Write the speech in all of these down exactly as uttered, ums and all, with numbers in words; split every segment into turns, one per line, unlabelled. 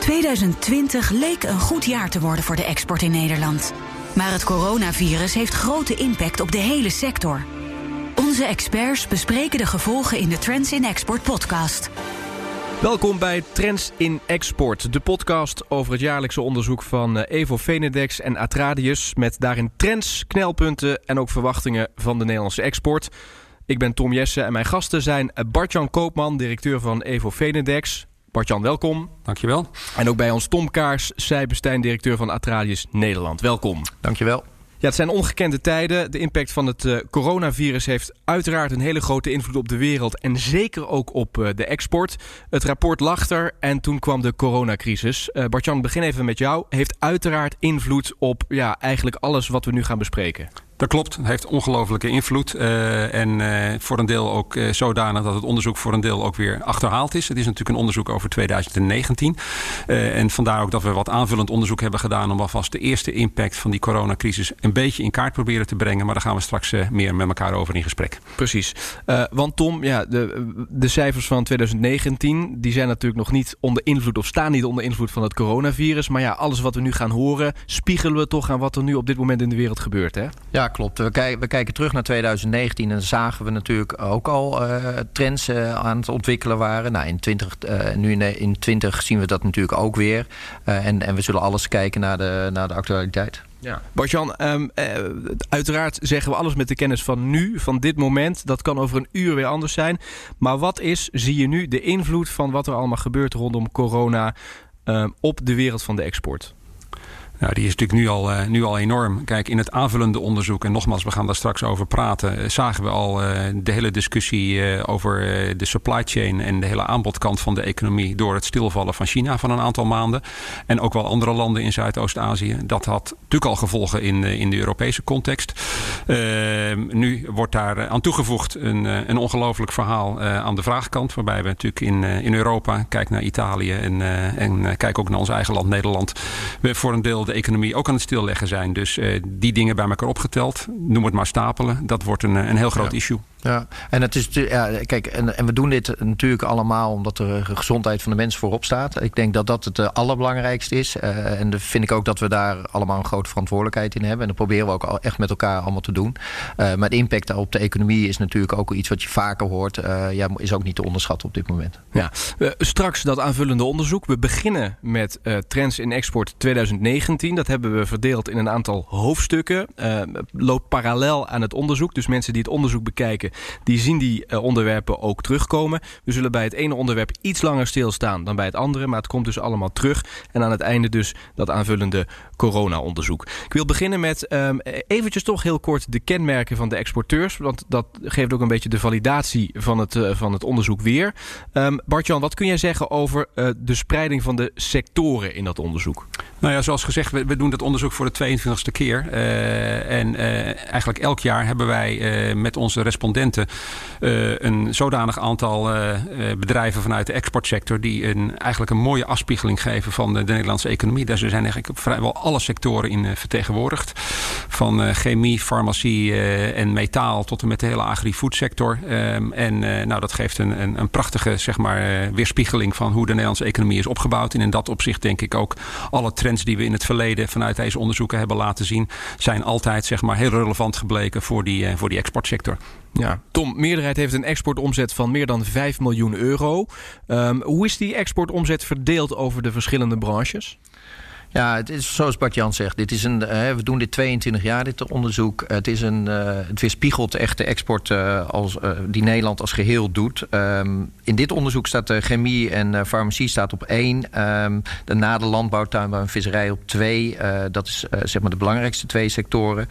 tweeduizend twintig leek een goed jaar te worden voor de export in Nederland. Maar het coronavirus heeft grote impact op de hele sector. Onze experts bespreken de gevolgen in de Trends in Export podcast.
Welkom bij Trends in Export, de podcast over het jaarlijkse onderzoek van Evo Venedex en Atradius, met daarin trends, knelpunten en ook verwachtingen van de Nederlandse export. Ik ben Tom Jessen en mijn gasten zijn Bart-Jan Koopman, directeur van Evo Venedex. Bart-Jan, welkom.
Dankjewel.
En ook bij ons Tom Kaars, Sijbestein, directeur van Atradius Nederland. Welkom.
Dankjewel.
Ja, het zijn ongekende tijden. De impact van het uh, coronavirus heeft uiteraard een hele grote invloed op de wereld en zeker ook op uh, de export. Het rapport lag er en toen kwam de coronacrisis. Uh, Bart-Jan, begin even met jou. Heeft uiteraard invloed op ja, eigenlijk alles wat we nu gaan bespreken.
Dat klopt, het heeft ongelofelijke invloed. Uh, en uh, voor een deel ook uh, zodanig dat het onderzoek voor een deel ook weer achterhaald is. Het is natuurlijk een onderzoek over tweeduizend negentien. Uh, en vandaar ook dat we wat aanvullend onderzoek hebben gedaan om alvast de eerste impact van die coronacrisis een beetje in kaart proberen te brengen. Maar daar gaan we straks uh, meer met elkaar over in gesprek.
Precies. Uh, want Tom, ja, de, de cijfers van tweeduizend negentien die zijn natuurlijk nog niet onder invloed of staan niet onder invloed van het coronavirus. Maar ja, alles wat we nu gaan horen, spiegelen we toch aan wat er nu op dit moment in de wereld gebeurt, hè?
Ja, klopt. We, kijk, we kijken terug naar tweeduizend negentien en zagen we natuurlijk ook al uh, trends uh, aan het ontwikkelen waren. Nou, in twintig, uh, nu in, in twintig zien we dat natuurlijk ook weer. Uh, en, en we zullen alles kijken naar de, naar de actualiteit.
Ja. Bart-Jan, um, uh, uiteraard zeggen we alles met de kennis van nu, van dit moment. Dat kan over een uur weer anders zijn. Maar wat is, zie je nu, de invloed van wat er allemaal gebeurt rondom corona uh, op de wereld van de export?
Nou, die is natuurlijk nu al, uh, nu al enorm. Kijk, in het aanvullende onderzoek, en nogmaals, we gaan daar straks over praten, uh, zagen we al uh, de hele discussie uh, over uh, de supply chain en de hele aanbodkant van de economie door het stilvallen van China van een aantal maanden. En ook wel andere landen in Zuidoost-Azië. Dat had natuurlijk al gevolgen in, uh, in de Europese context. Uh, nu wordt daar aan toegevoegd een, uh, een ongelooflijk verhaal uh, aan de vraagkant, waarbij we natuurlijk in, uh, in Europa, kijk naar Italië en, uh, en uh, kijk ook naar ons eigen land Nederland, we voor een deel de economie ook aan het stilleggen zijn. Dus uh, die dingen bij elkaar opgeteld, noem het maar stapelen, dat wordt een, een heel groot
ja.
issue.
Ja, en het is ja, kijk, en, en we doen dit natuurlijk allemaal omdat de gezondheid van de mens voorop staat. Ik denk dat dat het uh, allerbelangrijkste is. Uh, en dan vind ik ook dat we daar allemaal een grote verantwoordelijkheid in hebben. En dat proberen we ook al echt met elkaar allemaal te doen. Uh, maar de impact op de economie is natuurlijk ook iets wat je vaker hoort. Uh, ja, is ook niet te onderschatten op dit moment.
Ja, uh, straks dat aanvullende onderzoek. We beginnen met uh, Trends in Export tweeduizend negentien. Dat hebben we verdeeld in een aantal hoofdstukken. Uh, loopt parallel aan het onderzoek. Dus mensen die het onderzoek bekijken, die zien die uh, onderwerpen ook terugkomen. We zullen bij het ene onderwerp iets langer stilstaan dan bij het andere, maar het komt dus allemaal terug. En aan het einde dus dat aanvullende corona-onderzoek. Ik wil beginnen met um, eventjes toch heel kort de kenmerken van de exporteurs, want dat geeft ook een beetje de validatie van het, uh, van het onderzoek weer. Um, Bart-Jan, wat kun jij zeggen over uh, de spreiding van de sectoren in dat onderzoek?
Nou ja, zoals gezegd, we, we doen dat onderzoek voor de tweeëntwintigste keer. Uh, en uh, eigenlijk elk jaar hebben wij uh, met onze respondenten uh, een zodanig aantal uh, bedrijven vanuit de exportsector die een, eigenlijk een mooie afspiegeling geven van de, de Nederlandse economie. Daar zijn eigenlijk op vrijwel alle sectoren in uh, vertegenwoordigd. Van uh, chemie, farmacie uh, en metaal tot en met de hele agri-foodsector. Um, en uh, nou, dat geeft een, een, een prachtige zeg maar, uh, weerspiegeling van hoe de Nederlandse economie is opgebouwd. En in dat opzicht denk ik ook alle trends die we in het verleden vanuit deze onderzoeken hebben laten zien, zijn altijd zeg maar, heel relevant gebleken voor die, uh, voor die exportsector.
Ja, Tom, meerderheid heeft een exportomzet van meer dan vijf miljoen euro. Um, hoe is die exportomzet verdeeld over de verschillende branches?
Ja, het is zoals Bart-Jan zegt. Dit is een, uh, we doen dit tweeëntwintig jaar, dit onderzoek. Het, is een, uh, het weerspiegelt echt de export uh, als, uh, die Nederland als geheel doet. Um, in dit onderzoek staat uh, chemie en uh, farmacie staat op één. Um, daarna de landbouw, tuinbouw en visserij op twee. Uh, dat is uh, zeg maar de belangrijkste twee sectoren.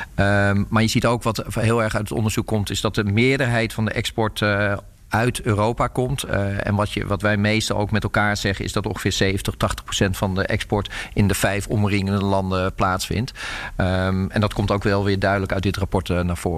Um, maar je ziet ook wat heel erg uit het onderzoek komt, is dat de meerderheid van de export Uh, uit Europa komt. Uh, en wat, je, wat wij meestal ook met elkaar zeggen, is dat ongeveer zeventig, tachtig procent van de export in de vijf omringende landen plaatsvindt. Um, en dat komt ook wel weer duidelijk uit dit rapport uh, naar voren.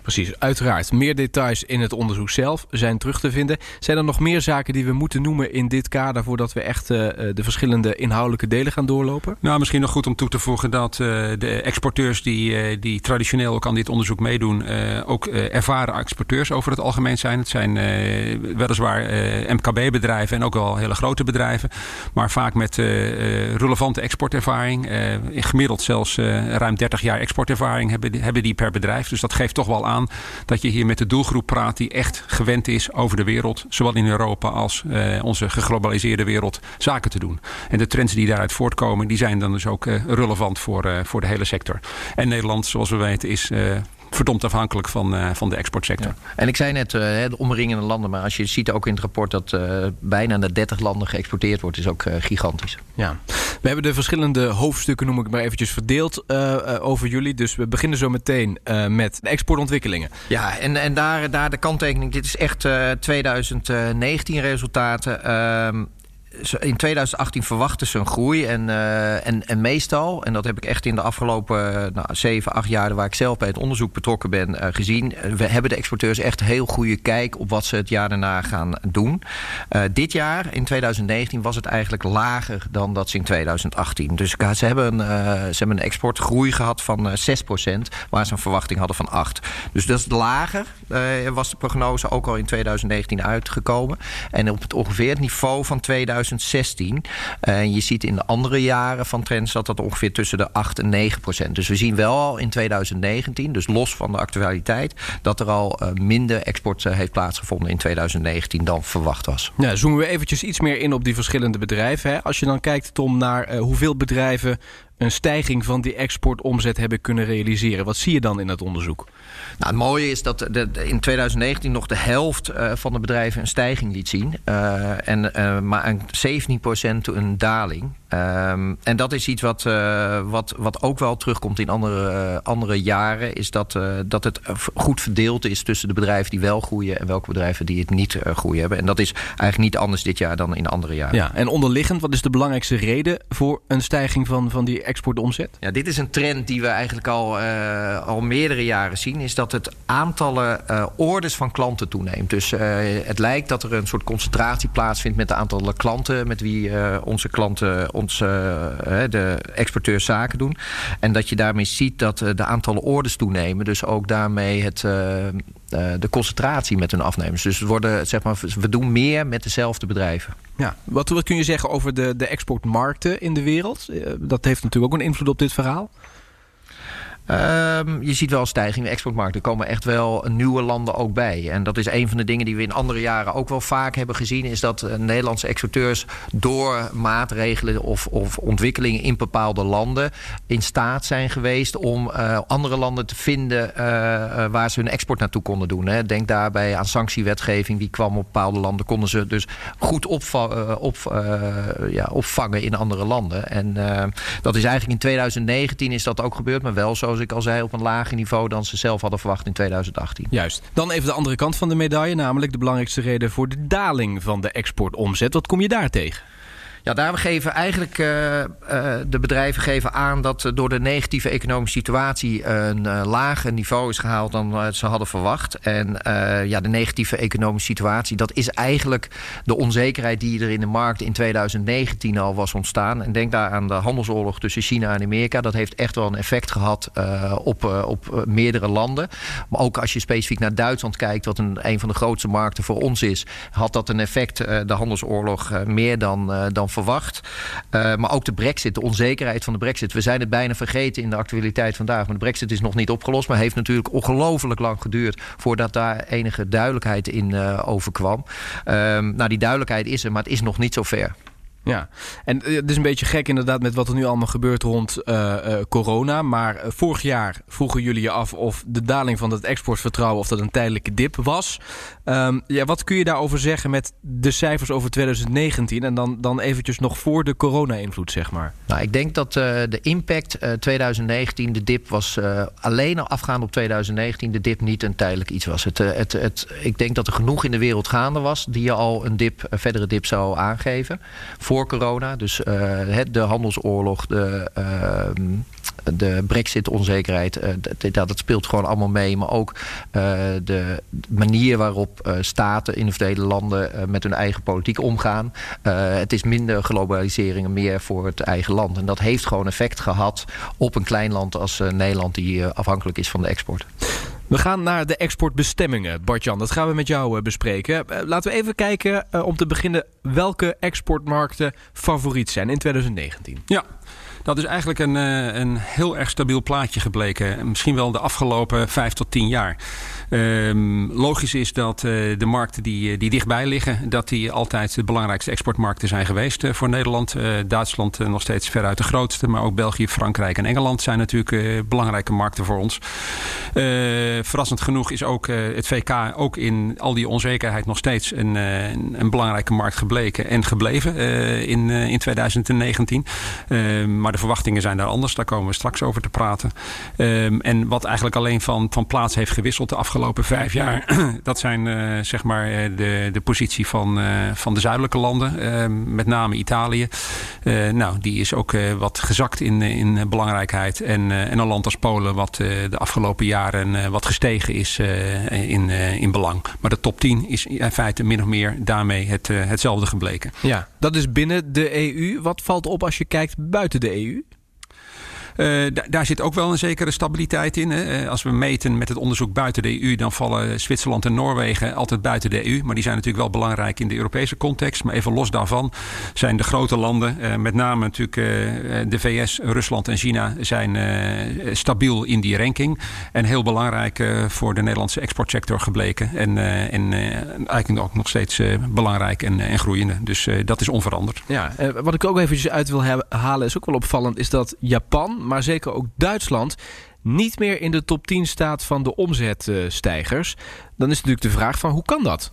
Precies, uiteraard. Meer details in het onderzoek zelf zijn terug te vinden. Zijn er nog meer zaken die we moeten noemen in dit kader voordat we echt uh, de verschillende inhoudelijke delen gaan doorlopen?
Nou, misschien nog goed om toe te voegen dat uh, de exporteurs die, uh, die traditioneel ook aan dit onderzoek meedoen, uh, ook uh, ervaren exporteurs over het algemeen zijn. Het zijn uh, weliswaar uh, M K B-bedrijven en ook wel hele grote bedrijven, maar vaak met uh, relevante exportervaring. Uh, gemiddeld zelfs uh, ruim dertig jaar exportervaring hebben die, hebben die per bedrijf. Dus dat geeft toch wel aan dat je hier met de doelgroep praat die echt gewend is over de wereld, zowel in Europa als uh, onze geglobaliseerde wereld, zaken te doen. En de trends die daaruit voortkomen, die zijn dan dus ook uh, relevant voor, uh, voor de hele sector. En Nederland, zoals we weten, is Uh, verdomd afhankelijk van, uh, van de exportsector. Ja.
En ik zei net, uh, de omringende landen, maar als je ziet ook in het rapport dat uh, bijna naar dertig landen geëxporteerd wordt, is ook uh, gigantisch.
Ja. We hebben de verschillende hoofdstukken, noem ik maar eventjes, verdeeld uh, uh, over jullie. Dus we beginnen zo meteen uh, met de exportontwikkelingen.
Ja, en, en daar, daar de kanttekening, dit is echt uh, twintig negentien resultaten. Uh, In twintig achttien verwachten ze een groei en, uh, en, en meestal, en dat heb ik echt in de afgelopen uh, nou, zeven, acht jaar waar ik zelf bij het onderzoek betrokken ben uh, gezien. We hebben de exporteurs echt heel goede kijk op wat ze het jaar daarna gaan doen. Uh, dit jaar, in twintig negentien, was het eigenlijk lager dan dat ze in twintig achttien. Dus uh, ze, hebben, uh, ze hebben een exportgroei gehad van uh, zes procent, waar ze een verwachting hadden van acht. Dus dat is lager, uh, was de prognose ook al in twintig negentien uitgekomen. En op het ongeveer het niveau van twintig zestien. En uh, je ziet in de andere jaren van trends dat dat ongeveer tussen de acht en negen procent. Dus we zien wel al in twintig negentien, dus los van de actualiteit, dat er al uh, minder export uh, heeft plaatsgevonden in twintig negentien dan verwacht was.
Ja, zoomen we eventjes iets meer in op die verschillende bedrijven. Hè? Als je dan kijkt, Tom, naar uh, hoeveel bedrijven een stijging van die exportomzet hebben kunnen realiseren. Wat zie je dan in dat onderzoek?
Nou, het mooie is dat de, de, in twintig negentien nog de helft uh, van de bedrijven een stijging liet zien. Uh, en, uh, maar een zeventien procent een daling. Um, en dat is iets wat, uh, wat, wat ook wel terugkomt in andere, uh, andere jaren. Is dat, uh, dat het goed verdeeld is tussen de bedrijven die wel groeien en welke bedrijven die het niet uh, groeien hebben. En dat is eigenlijk niet anders dit jaar dan in andere jaren.
Ja, en onderliggend, wat is de belangrijkste reden voor een stijging van, van die exportomzet?
Ja, dit is een trend die we eigenlijk al, uh, al meerdere jaren zien. Is dat het aantallen uh, orders van klanten toeneemt. Dus uh, het lijkt dat er een soort concentratie plaatsvindt met het aantal klanten met wie uh, onze klanten, ons, uh, de exporteurs zaken doen. En dat je daarmee ziet dat uh, de aantallen orders toenemen. Dus ook daarmee het, uh, uh, de concentratie met hun afnemers. Dus het worden, zeg maar, we doen meer met dezelfde bedrijven.
Ja, wat, wat kun je zeggen over de, de exportmarkten in de wereld? Dat heeft natuurlijk ook een invloed op dit verhaal.
Um, je ziet wel een stijging in de exportmarkt. Er komen echt wel nieuwe landen ook bij. En dat is een van de dingen die we in andere jaren ook wel vaak hebben gezien. Is dat uh, Nederlandse exporteurs door maatregelen of, of ontwikkelingen in bepaalde landen in staat zijn geweest om uh, andere landen te vinden uh, uh, waar ze hun export naartoe konden doen. Hè. Denk daarbij aan sanctiewetgeving. Die kwam op bepaalde landen. Konden ze dus goed opva- uh, op, uh, ja, opvangen in andere landen. En uh, dat is eigenlijk in twintig negentien is dat ook gebeurd. Maar wel zoals ik al zei, op een lager niveau dan ze zelf hadden verwacht in twintig achttien.
Juist. Dan even de andere kant van de medaille, namelijk de belangrijkste reden voor de daling van de exportomzet. Wat kom je daar tegen?
Ja, daar geven eigenlijk uh, uh, de bedrijven geven aan dat uh, door de negatieve economische situatie een uh, lager niveau is gehaald dan uh, ze hadden verwacht. En uh, ja, de negatieve economische situatie, dat is eigenlijk de onzekerheid die er in de markt in twintig negentien al was ontstaan. En denk daar aan de handelsoorlog tussen China en Amerika. Dat heeft echt wel een effect gehad uh, op, uh, op uh, meerdere landen. Maar ook als je specifiek naar Duitsland kijkt, wat een, een van de grootste markten voor ons is, had dat een effect, uh, de handelsoorlog, uh, meer dan, uh, dan verwacht. Uh, maar ook de brexit, de onzekerheid van de brexit. We zijn het bijna vergeten in de actualiteit vandaag. Maar de brexit is nog niet opgelost. Maar heeft natuurlijk ongelooflijk lang geduurd voordat daar enige duidelijkheid in uh, overkwam. Uh, nou, die duidelijkheid is er, maar het is nog niet zo ver.
Ja, en het is een beetje gek inderdaad met wat er nu allemaal gebeurt rond uh, uh, corona. Maar uh, vorig jaar vroegen jullie je af of de daling van het exportvertrouwen, of dat een tijdelijke dip was. Um, ja, wat kun je daarover zeggen met de cijfers over twintig negentien en dan, dan eventjes nog voor de corona-invloed, zeg maar?
Nou, ik denk dat uh, de impact uh, twintig negentien, de dip was uh, alleen al afgaand op twintig negentien, de dip niet een tijdelijk iets was. Het, uh, het, het, ik denk dat er genoeg in de wereld gaande was die je al een dip, een verdere dip zou aangeven. Voor corona, dus uh, de handelsoorlog, de, uh, de Brexit-onzekerheid, uh, dat, dat speelt gewoon allemaal mee. Maar ook uh, de manier waarop uh, staten, individuele landen uh, met hun eigen politiek omgaan. Uh, het is minder globalisering en meer voor het eigen land. En dat heeft gewoon effect gehad op een klein land als uh, Nederland, die uh, afhankelijk is van de export.
We gaan naar de exportbestemmingen, Bart-Jan. Dat gaan we met jou uh, bespreken. Uh, laten we even kijken, uh, om te beginnen, welke exportmarkten favoriet zijn in twintig negentien.
Ja. Dat is eigenlijk een, een heel erg stabiel plaatje gebleken. Misschien wel de afgelopen vijf tot tien jaar. Um, logisch is dat uh, de markten die, die dichtbij liggen, dat die altijd de belangrijkste exportmarkten zijn geweest uh, voor Nederland. Uh, Duitsland uh, nog steeds veruit de grootste. Maar ook België, Frankrijk en Engeland zijn natuurlijk uh, belangrijke markten voor ons. Uh, verrassend genoeg is ook uh, het V K ook in al die onzekerheid nog steeds een, uh, een belangrijke markt gebleken en gebleven uh, in, uh, in twintig negentien. Uh, maar de verwachtingen zijn daar anders. Daar komen we straks over te praten. Um, en wat eigenlijk alleen van, van plaats heeft gewisseld de afgelopen vijf jaar. Dat zijn uh, zeg maar de, de positie van, uh, van de zuidelijke landen. Uh, met name Italië. Uh, nou, die is ook uh, wat gezakt in, in belangrijkheid. En, uh, en een land als Polen wat uh, de afgelopen jaren uh, wat gestegen is uh, in, uh, in belang. Maar de top tien is in feite min of meer daarmee het, uh, hetzelfde gebleken.
Ja, dat is binnen de E U. Wat valt op als je kijkt buiten de E U?
Uh, d- daar zit ook wel een zekere stabiliteit in. Hè. Uh, als we meten met het onderzoek buiten de E U, dan vallen Zwitserland en Noorwegen altijd buiten de E U. Maar die zijn natuurlijk wel belangrijk in de Europese context. Maar even los daarvan zijn de grote landen, uh, met name natuurlijk uh, de V S, Rusland en China, zijn uh, stabiel in die ranking. En heel belangrijk uh, voor de Nederlandse exportsector gebleken. En, uh, en uh, eigenlijk ook nog steeds uh, belangrijk en, en groeiende. Dus uh, dat is onveranderd.
Ja, uh, wat ik ook eventjes uit wil he- halen is ook wel opvallend, is dat Japan, maar zeker ook Duitsland, niet meer in de top tien staat van de omzetstijgers. Dan is natuurlijk de vraag van, hoe kan dat?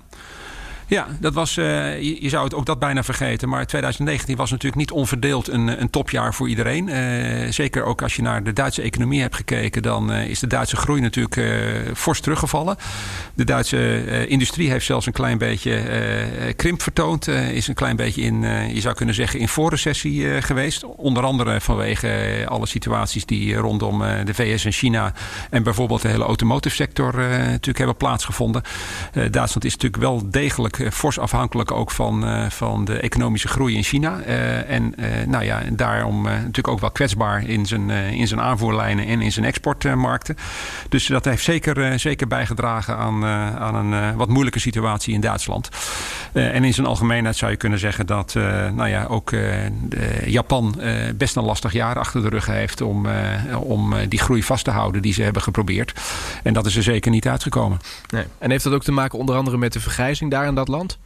Ja, dat was, uh, je, je zou het ook dat bijna vergeten. Maar twintig negentien was natuurlijk niet onverdeeld een, een topjaar voor iedereen. Uh, zeker ook als je naar de Duitse economie hebt gekeken, dan uh, is de Duitse groei natuurlijk uh, fors teruggevallen. De Duitse uh, industrie heeft zelfs een klein beetje uh, krimp vertoond. Uh, is een klein beetje in, uh, je zou kunnen zeggen, in voorrecessie uh, geweest. Onder andere vanwege uh, alle situaties die rondom uh, de V S en China en bijvoorbeeld de hele automotive sector uh, natuurlijk hebben plaatsgevonden. Uh, Duitsland is natuurlijk wel degelijk fors afhankelijk ook van, uh, van de economische groei in China. Uh, en uh, nou ja, daarom uh, natuurlijk ook wel kwetsbaar in zijn, uh, in zijn aanvoerlijnen en in zijn exportmarkten. Uh, dus dat heeft zeker, uh, zeker bijgedragen aan, uh, aan een uh, wat moeilijke situatie in Duitsland. Uh, en in zijn algemeenheid zou je kunnen zeggen dat uh, nou ja, ook uh, de Japan uh, best een lastig jaar achter de rug heeft om, uh, om uh, die groei vast te houden die ze hebben geprobeerd. En dat is er zeker niet uitgekomen.
Nee. En heeft dat ook te maken onder andere met de vergrijzing daar in dat land?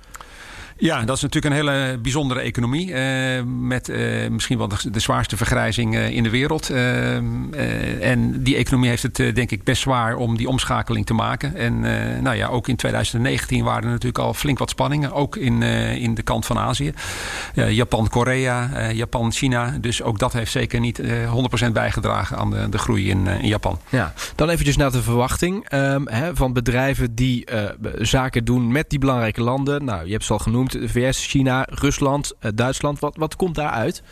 Ja, dat is natuurlijk een hele bijzondere economie. Uh, met uh, misschien wel de, de zwaarste vergrijzing uh, in de wereld. Uh, uh, en die economie heeft het uh, denk ik best zwaar om die omschakeling te maken. En uh, nou ja, ook in twintig negentien waren er natuurlijk al flink wat spanningen. Ook in, uh, in de kant van Azië. Uh, Japan, Korea, uh, Japan, China. Dus ook dat heeft zeker niet uh, honderd procent bijgedragen aan de, de groei in, uh, in Japan. Ja,
dan eventjes naar de verwachting um, hè, van bedrijven die uh, zaken doen met die belangrijke landen. Nou, je hebt ze al genoemd. De V S, China, Rusland, uh, Duitsland. Wat, wat komt daaruit?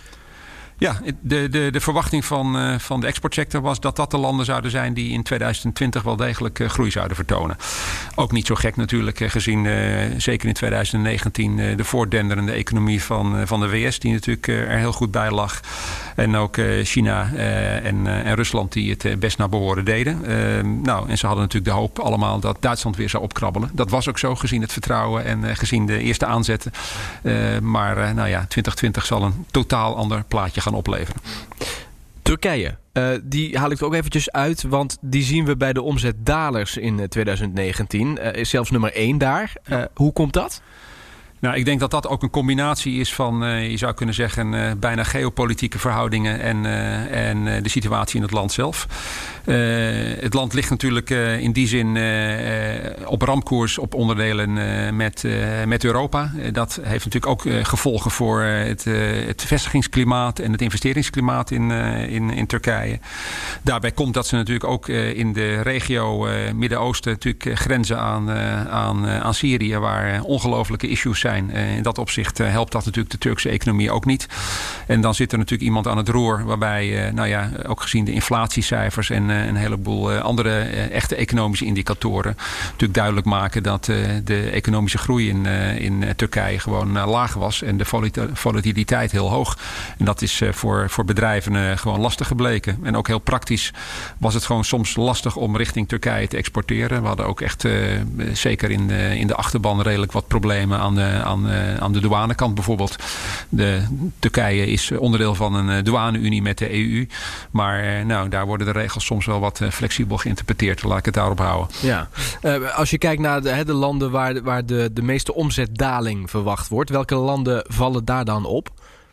Ja, de, de, de verwachting van, uh, van de exportsector was dat dat de landen zouden zijn die in twintig twintig wel degelijk uh, groei zouden vertonen. Ook niet zo gek natuurlijk, uh, gezien uh, zeker in twintig negentien uh, de voortdenderende economie van, uh, van de V S, die natuurlijk uh, er heel goed bij lag. En ook uh, China uh, en, uh, en Rusland die het uh, best naar behoren deden. Uh, nou, en ze hadden natuurlijk de hoop allemaal dat Duitsland weer zou opkrabbelen. Dat was ook zo, gezien het vertrouwen en uh, gezien de eerste aanzetten. Uh, maar uh, nou ja, twintig twintig zal een totaal ander plaatje gaan opleveren.
Turkije, uh, die haal ik er ook eventjes uit, want die zien we bij de omzetdalers in twintig negentien. Uh, is zelfs nummer één daar. Uh, hoe komt dat?
Nou, ik denk dat dat ook een combinatie is van, uh, je zou kunnen zeggen, uh, bijna geopolitieke verhoudingen en, uh, en uh, de situatie in het land zelf. Uh, het land ligt natuurlijk uh, in die zin uh, uh, op ramkoers op onderdelen uh, met, uh, met Europa. Uh, dat heeft natuurlijk ook uh, gevolgen voor uh, het, uh, het vestigingsklimaat en het investeringsklimaat in, uh, in, in Turkije. Daarbij komt dat ze natuurlijk ook uh, in de regio uh, Midden-Oosten natuurlijk uh, grenzen aan, uh, aan, uh, aan Syrië, waar uh, ongelofelijke issues zijn zijn. Uh, in dat opzicht uh, helpt dat natuurlijk de Turkse economie ook niet. En dan zit er natuurlijk iemand aan het roer waarbij, uh, nou ja, ook gezien de inflatiecijfers en uh, een heleboel uh, andere uh, echte economische indicatoren natuurlijk duidelijk maken dat uh, de economische groei in, uh, in uh, Turkije gewoon uh, laag was en de volatiliteit heel hoog. En dat is uh, voor, voor bedrijven uh, gewoon lastig gebleken. En ook heel praktisch was het gewoon soms lastig om richting Turkije te exporteren. We hadden ook echt uh, zeker in de, in de achterban redelijk wat problemen aan de, aan, uh, aan de douanekant bijvoorbeeld. De, Turkije is onderdeel van een douane-unie met de E U. Maar uh, nou, daar worden de regels soms wel wat uh, flexibel geïnterpreteerd. Laat ik het daarop houden.
Ja. Uh, als je kijkt naar de, de landen waar, waar de, de meeste omzetdaling verwacht wordt, welke landen vallen daar dan op?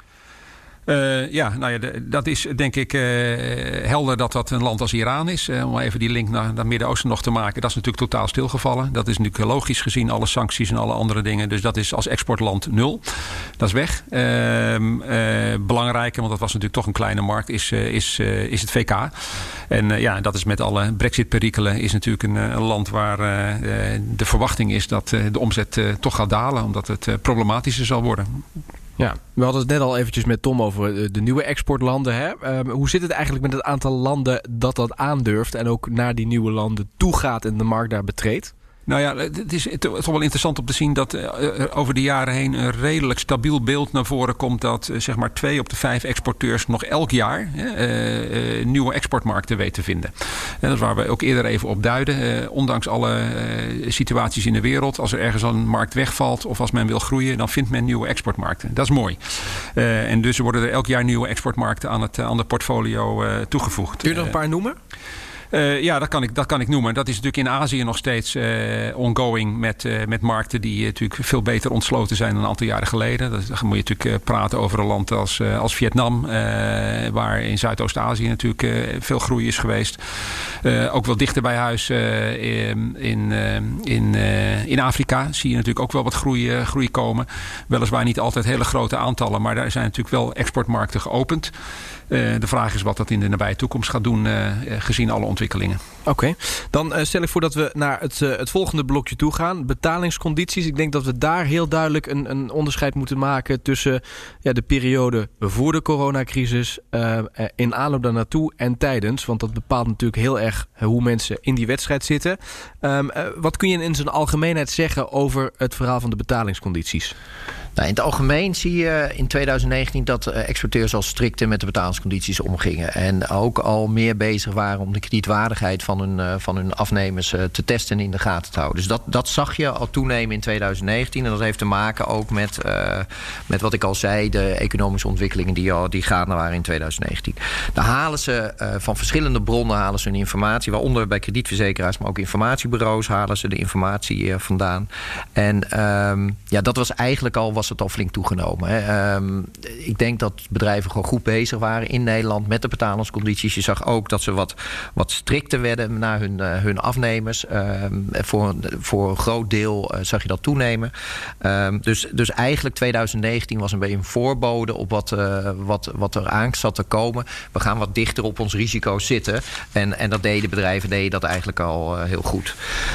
Uh, ja, nou ja, de, dat is denk ik uh, helder dat dat een land als Iran is. Uh, om even die link naar, naar het Midden-Oosten nog te maken. Dat is natuurlijk totaal stilgevallen. Dat is natuurlijk logisch gezien alle sancties en alle andere dingen. Dus dat is als exportland nul. Dat is weg. Uh, uh, belangrijker, want dat was natuurlijk toch een kleine markt, is, uh, is, uh, is het V K. En uh, ja, dat is met alle Brexit-perikelen is natuurlijk een, een land waar uh, de verwachting is dat uh, de omzet uh, toch gaat dalen. Omdat het uh, problematischer zal worden.
Ja, we hadden het net al eventjes met Tom over de nieuwe exportlanden. Hè? Uh, hoe zit het eigenlijk met het aantal landen dat dat aandurft en ook naar die nieuwe landen toe gaat en de markt daar betreedt?
Nou ja, het is toch wel interessant om te zien dat er over de jaren heen een redelijk stabiel beeld naar voren komt dat zeg maar twee op de vijf exporteurs nog elk jaar uh, uh, nieuwe exportmarkten weten te vinden. En dat is waar we ook eerder even op duiden. Uh, ondanks alle uh, situaties in de wereld, als er ergens een markt wegvalt of als men wil groeien, dan vindt men nieuwe exportmarkten. Dat is mooi. Uh, en dus worden er elk jaar nieuwe exportmarkten aan het aan de portfolio uh, toegevoegd.
Kun je er een paar noemen?
Uh, ja, dat kan, ik, dat kan ik noemen. Dat is natuurlijk in Azië nog steeds uh, ongoing met, uh, met markten die uh, natuurlijk veel beter ontsloten zijn dan een aantal jaren geleden. Dat, dan moet je natuurlijk uh, praten over een land als, uh, als Vietnam, uh, waar in Zuidoost-Azië natuurlijk uh, veel groei is geweest. Uh, ook wel dichter bij huis uh, in, in, uh, in, uh, in Afrika zie je natuurlijk ook wel wat groei, uh, groei komen. Weliswaar niet altijd hele grote aantallen, maar daar zijn natuurlijk wel exportmarkten geopend. Uh, de vraag is wat dat in de nabije toekomst gaat doen, uh, gezien alle ontwikkelingen.
Oké, okay. Dan uh, stel ik voor dat we naar het, uh, het volgende blokje toe gaan. Betalingscondities. Ik denk dat we daar heel duidelijk een, een onderscheid moeten maken tussen ja, de periode voor de coronacrisis, uh, in aanloop daar naartoe en tijdens. Want dat bepaalt natuurlijk heel erg hoe mensen in die wedstrijd zitten. Um, uh, wat kun je in zijn algemeenheid zeggen over het verhaal van de betalingscondities?
Nou, in het algemeen zie je in twintig negentien dat exporteurs al strikter met de betalingscondities omgingen. En ook al meer bezig waren om de kredietwaardigheid van hun, van hun afnemers te testen en in de gaten te houden. Dus dat, dat zag je al toenemen in twintig negentien. En dat heeft te maken ook met, uh, met wat ik al zei, de economische ontwikkelingen die, al, die gaande waren in twintig negentien. Daar halen ze uh, van verschillende bronnen halen ze hun informatie. Waaronder bij kredietverzekeraars, maar ook informatiebureaus halen ze de informatie uh, vandaan. En um, ja, dat was eigenlijk al... was het al flink toegenomen. Hè. Um, ik denk dat bedrijven gewoon goed bezig waren in Nederland met de betalingscondities. Je zag ook dat ze wat, wat strikter werden naar hun, uh, hun afnemers. Um, voor, voor een groot deel uh, zag je dat toenemen. Um, dus, dus eigenlijk twintig negentien was een beetje een voorbode op wat, uh, wat, wat er aan zat te komen. We gaan wat dichter op ons risico zitten. En, en dat deden bedrijven deden dat eigenlijk al uh, heel goed.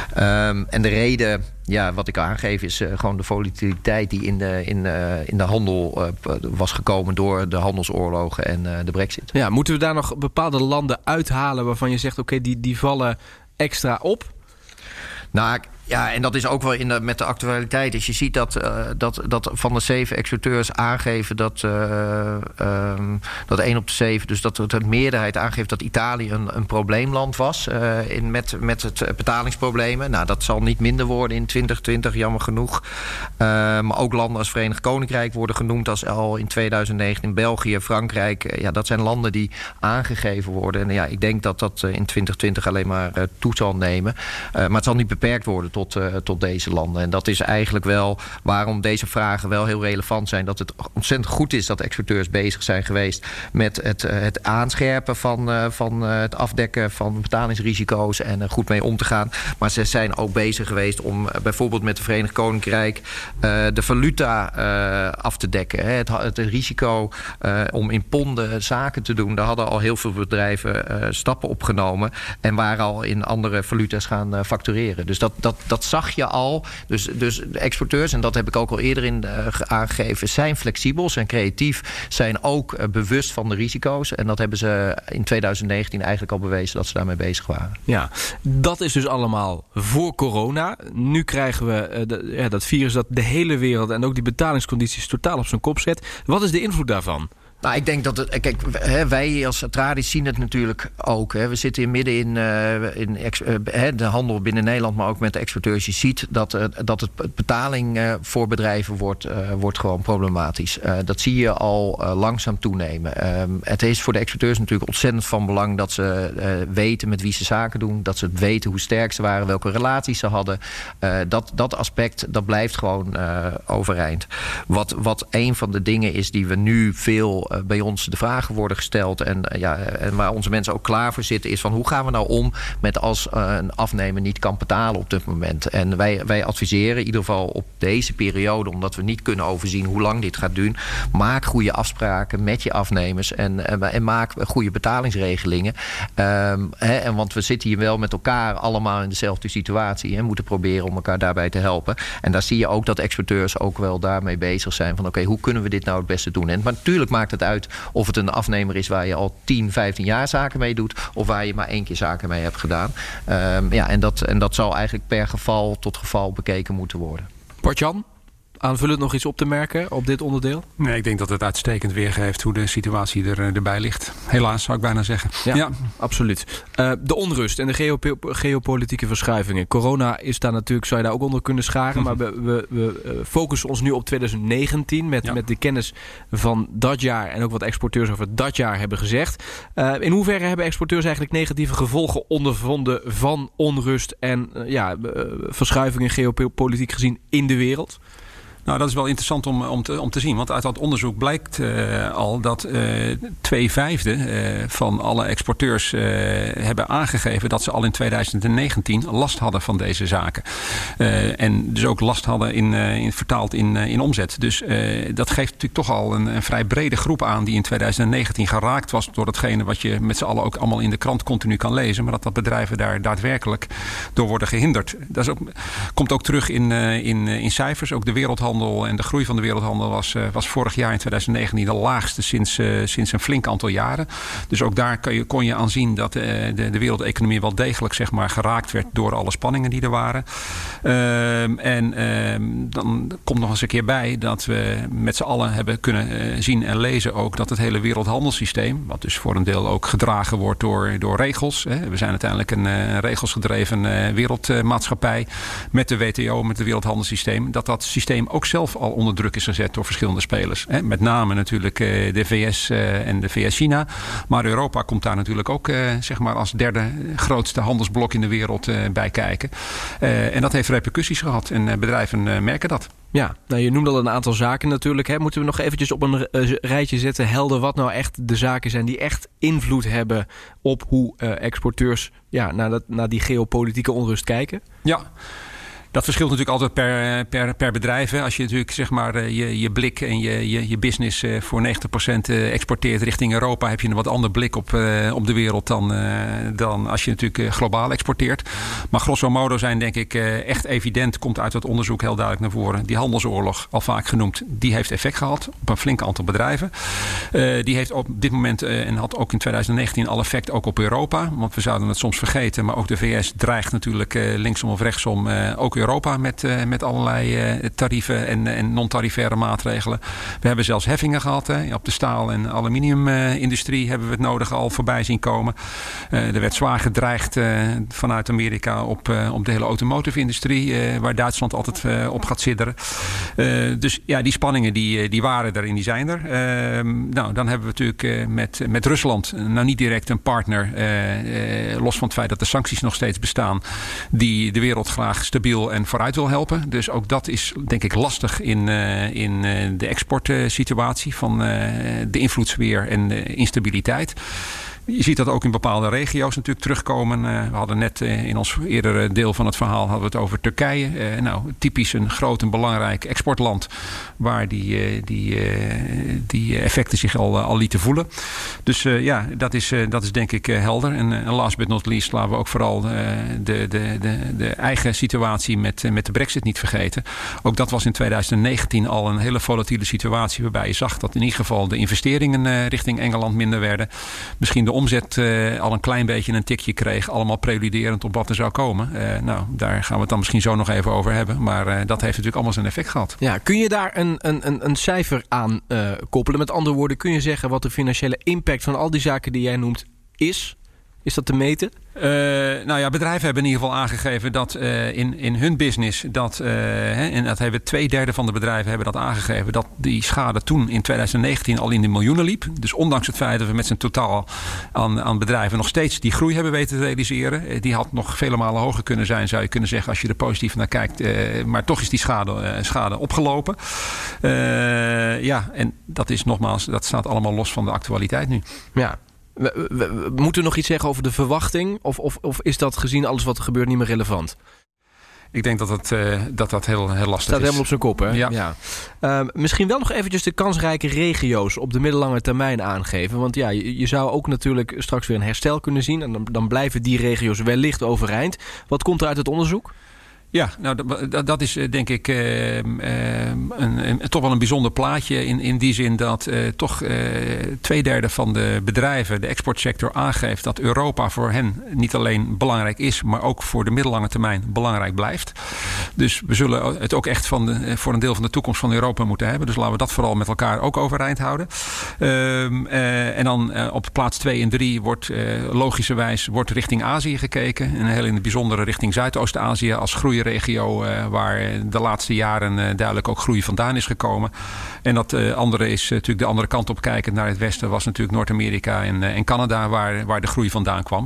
Um, en de reden... Ja, wat ik aangeef is uh, gewoon de volatiliteit die in de, in, uh, in de handel uh, was gekomen door de handelsoorlogen en uh, de Brexit.
Ja, moeten we daar nog bepaalde landen uithalen waarvan je zegt, oké, okay, die, die vallen extra op?
Nou, ja, en dat is ook wel in de, met de actualiteit. Dus je ziet dat, uh, dat, dat van de zeven exporteurs aangeven dat, uh, um, dat één op de zeven, dus dat de meerderheid aangeeft dat Italië een, een probleemland was uh, in, met, met het betalingsproblemen. Nou, dat zal niet minder worden in twintig twintig, jammer genoeg. Uh, maar ook landen als Verenigd Koninkrijk worden genoemd als al in twintig negentien. België, Frankrijk, uh, ja, dat zijn landen die aangegeven worden. En ja, ik denk dat dat uh, in twintig twintig alleen maar uh, toe zal nemen. Uh, maar het zal niet beperkt worden tot Tot, uh, tot deze landen. En dat is eigenlijk wel waarom deze vragen wel heel relevant zijn. Dat het ontzettend goed is dat exporteurs bezig zijn geweest met het, uh, het aanscherpen van, uh, van uh, het afdekken van betalingsrisico's en er goed mee om te gaan. Maar ze zijn ook bezig geweest om uh, bijvoorbeeld met het Verenigd Koninkrijk uh, de valuta uh, af te dekken. Hè. Het, het risico uh, om in ponden zaken te doen. Daar hadden al heel veel bedrijven uh, stappen opgenomen en waren al in andere valuta's gaan uh, factureren. Dus dat, dat dat zag je al. Dus, dus de exporteurs, en dat heb ik ook al eerder in uh, aangegeven, zijn flexibel, zijn creatief, zijn ook uh, bewust van de risico's. En dat hebben ze in twintig negentien eigenlijk al bewezen dat ze daarmee bezig waren.
Ja, dat is dus allemaal voor corona. Nu krijgen we uh, de, ja, dat virus dat de hele wereld en ook die betalingscondities totaal op zijn kop zet. Wat is de invloed daarvan?
Nou, ik denk dat het. Kijk, wij als Atradius zien het natuurlijk ook. Hè. We zitten in midden in, uh, in ex, uh, de handel binnen Nederland, maar ook met de exporteurs. Je ziet dat, uh, dat het betaling uh, voor bedrijven wordt, uh, wordt gewoon problematisch. Uh, dat zie je al uh, langzaam toenemen. Um, het is voor de exporteurs natuurlijk ontzettend van belang dat ze uh, weten met wie ze zaken doen. Dat ze weten hoe sterk ze waren, welke relaties ze hadden. Uh, dat, dat aspect, dat blijft gewoon uh, overeind. Wat, wat een van de dingen is die we nu veel bij ons de vragen worden gesteld en, ja, en waar onze mensen ook klaar voor zitten, is van hoe gaan we nou om met als uh, een afnemer niet kan betalen op dit moment. En wij, wij adviseren in ieder geval op deze periode, omdat we niet kunnen overzien hoe lang dit gaat duren, maak goede afspraken met je afnemers en, en, en maak goede betalingsregelingen. Um, hè, en want we zitten hier wel met elkaar allemaal in dezelfde situatie en moeten proberen om elkaar daarbij te helpen. En daar zie je ook dat exporteurs ook wel daarmee bezig zijn van oké, okay, hoe kunnen we dit nou het beste doen? En, maar natuurlijk maakt het uit of het een afnemer is waar je al tien, vijftien jaar zaken mee doet, of waar je maar één keer zaken mee hebt gedaan. Um, ja, en dat, en dat zal eigenlijk per geval tot geval bekeken moeten worden.
Bart-Jan, aanvullend nog iets op te merken op dit onderdeel?
Nee, ik denk dat het uitstekend weergeeft hoe de situatie er, erbij ligt. Helaas, zou ik bijna zeggen.
Ja, ja. Absoluut. Uh, de onrust en de geopo- geopolitieke verschuivingen. Corona is daar natuurlijk, zou je daar ook onder kunnen scharen. Mm-hmm. Maar we, we, we focussen ons nu op twintig negentien met, ja. met de kennis van dat jaar en ook wat exporteurs over dat jaar hebben gezegd. Uh, in hoeverre hebben exporteurs eigenlijk negatieve gevolgen ondervonden van onrust en uh, ja, uh, verschuivingen geopolitiek gezien in de wereld?
Nou, dat is wel interessant om, om, te, om te zien. Want uit dat onderzoek blijkt uh, al dat uh, twee vijfde uh, van alle exporteurs uh, hebben aangegeven dat ze al in twintig negentien last hadden van deze zaken. Uh, en dus ook last hadden in, uh, in, vertaald in, uh, in omzet. Dus uh, dat geeft natuurlijk toch al een, een vrij brede groep aan die in twintig negentien geraakt was door datgene wat je met z'n allen ook allemaal in de krant continu kan lezen. Maar dat dat bedrijven daar daadwerkelijk door worden gehinderd. Dat is ook, komt ook terug in, uh, in, in cijfers. Ook de wereldhandel en de groei van de wereldhandel was, uh, was vorig jaar in twintig negentien de laagste sinds, uh, sinds een flink aantal jaren. Dus ook daar kon je, kon je aan zien dat uh, de, de wereldeconomie wel degelijk zeg maar, geraakt werd door alle spanningen die er waren. Uh, en uh, dan komt nog eens een keer bij dat we met z'n allen hebben kunnen uh, zien en lezen ook dat het hele wereldhandelssysteem, wat dus voor een deel ook gedragen wordt door, door regels. Hè. We zijn uiteindelijk een uh, regelsgedreven uh, wereldmaatschappij met de W T O, met het wereldhandelssysteem, dat dat systeem ook zelf al onder druk is gezet door verschillende spelers. Hè. Met name natuurlijk uh, de V S uh, en de V S-China. Maar Europa komt daar natuurlijk ook uh, zeg maar als derde grootste handelsblok in de wereld uh, bij kijken. Uh, en dat heeft repercussies gehad. En uh, bedrijven uh, merken dat.
Ja, nou je noemde al een aantal zaken natuurlijk. Hè. Moeten we nog eventjes op een uh, rijtje zetten, helder wat nou echt de zaken zijn die echt invloed hebben op hoe uh, exporteurs ja, naar, dat, naar die geopolitieke onrust kijken?
Ja. Dat verschilt natuurlijk altijd per, per, per bedrijf. Hè. Als je natuurlijk zeg maar, je, je blik en je, je, je business voor negentig procent exporteert richting Europa, heb je een wat ander blik op, uh, op de wereld dan, uh, dan als je natuurlijk globaal exporteert. Maar grosso modo zijn denk ik uh, echt evident, komt uit het onderzoek heel duidelijk naar voren. Die handelsoorlog, al vaak genoemd, die heeft effect gehad op een flink aantal bedrijven. Uh, die heeft op dit moment uh, en had ook in twintig negentien al effect ook op Europa. Want we zouden het soms vergeten, maar ook de V S dreigt natuurlijk uh, linksom of rechtsom uh, ook Europa met, uh, met allerlei uh, tarieven en, en non-tarifaire maatregelen. We hebben zelfs heffingen gehad. Hè. Op de staal- en aluminiumindustrie uh, hebben we het nodige al voorbij zien komen. Uh, er werd zwaar gedreigd uh, vanuit Amerika op, uh, op de hele automotive-industrie, uh, waar Duitsland altijd uh, op gaat sidderen. Uh, dus ja, die spanningen die, die waren er en die zijn er. Uh, nou, dan hebben we natuurlijk uh, met, met Rusland uh, nou niet direct een partner, uh, uh, los van het feit dat de sancties nog steeds bestaan, die de wereld graag stabiel en vooruit wil helpen. Dus ook dat is denk ik lastig in, uh, in uh, de exportsituatie van uh, de invloedssfeer en de instabiliteit. Je ziet dat ook in bepaalde regio's natuurlijk terugkomen. Uh, we hadden net uh, in ons eerdere deel van het verhaal hadden we het over Turkije. Uh, nou, typisch een groot en belangrijk exportland waar die, uh, die, uh, die effecten zich al, uh, al lieten voelen. Dus uh, ja, dat is, uh, dat is denk ik uh, helder. En uh, last but not least laten we ook vooral uh, de, de, de, de eigen situatie met, uh, met de Brexit niet vergeten. Ook dat was in twintig negentien al een hele volatiele situatie waarbij je zag dat in ieder geval de investeringen uh, richting Engeland minder werden. Misschien de omzet uh, al een klein beetje een tikje kreeg. Allemaal preluderend op wat er zou komen. Uh, nou, daar gaan we het dan misschien zo nog even over hebben. Maar uh, dat heeft natuurlijk allemaal zijn effect gehad.
Ja, kun je daar een, een, een cijfer aan uh, koppelen? Met andere woorden, kun je zeggen wat de financiële impact van al die zaken die jij noemt is? Is dat te meten?
Uh, nou ja, bedrijven hebben in ieder geval aangegeven dat uh, in, in hun business, dat, uh, hè, en dat hebben twee derde van de bedrijven hebben dat aangegeven, dat die schade toen in twintig negentien al in de miljoenen liep. Dus ondanks het feit dat we met z'n totaal aan, aan bedrijven nog steeds die groei hebben weten te realiseren. Uh, die had nog vele malen hoger kunnen zijn, zou je kunnen zeggen, als je er positief naar kijkt. Uh, maar toch is die schade, uh, schade opgelopen. Uh, ja, en dat is nogmaals, dat staat allemaal los van de actualiteit nu.
Ja. We, we, we moeten nog iets zeggen over de verwachting? Of, of, of is dat gezien alles wat er gebeurt niet meer relevant?
Ik denk dat het, uh, dat, dat heel, heel lastig is.
Staat helemaal op zijn kop, hè?
Ja.
ja. Uh, misschien wel nog eventjes de kansrijke regio's op de middellange termijn aangeven. Want ja, je, je zou ook natuurlijk straks weer een herstel kunnen zien. En dan, dan blijven die regio's wellicht overeind. Wat komt er uit het onderzoek?
Ja, nou dat, dat is denk ik uh, uh, een, een, toch wel een bijzonder plaatje. In, in die zin dat uh, toch uh, twee derde van de bedrijven, de exportsector, aangeeft dat Europa voor hen niet alleen belangrijk is, maar ook voor de middellange termijn belangrijk blijft. Dus we zullen het ook echt van de, voor een deel van de toekomst van Europa moeten hebben. Dus laten we dat vooral met elkaar ook overeind houden. Uh, uh, en dan uh, op plaats twee en drie wordt uh, logischerwijs wordt richting Azië gekeken. En heel in het bijzondere richting Zuidoost-Azië als groei regio uh, waar de laatste jaren uh, duidelijk ook groei vandaan is gekomen. En dat uh, andere is uh, natuurlijk de andere kant op kijkend naar het westen was natuurlijk Noord-Amerika en, uh, en Canada waar, waar de groei vandaan kwam.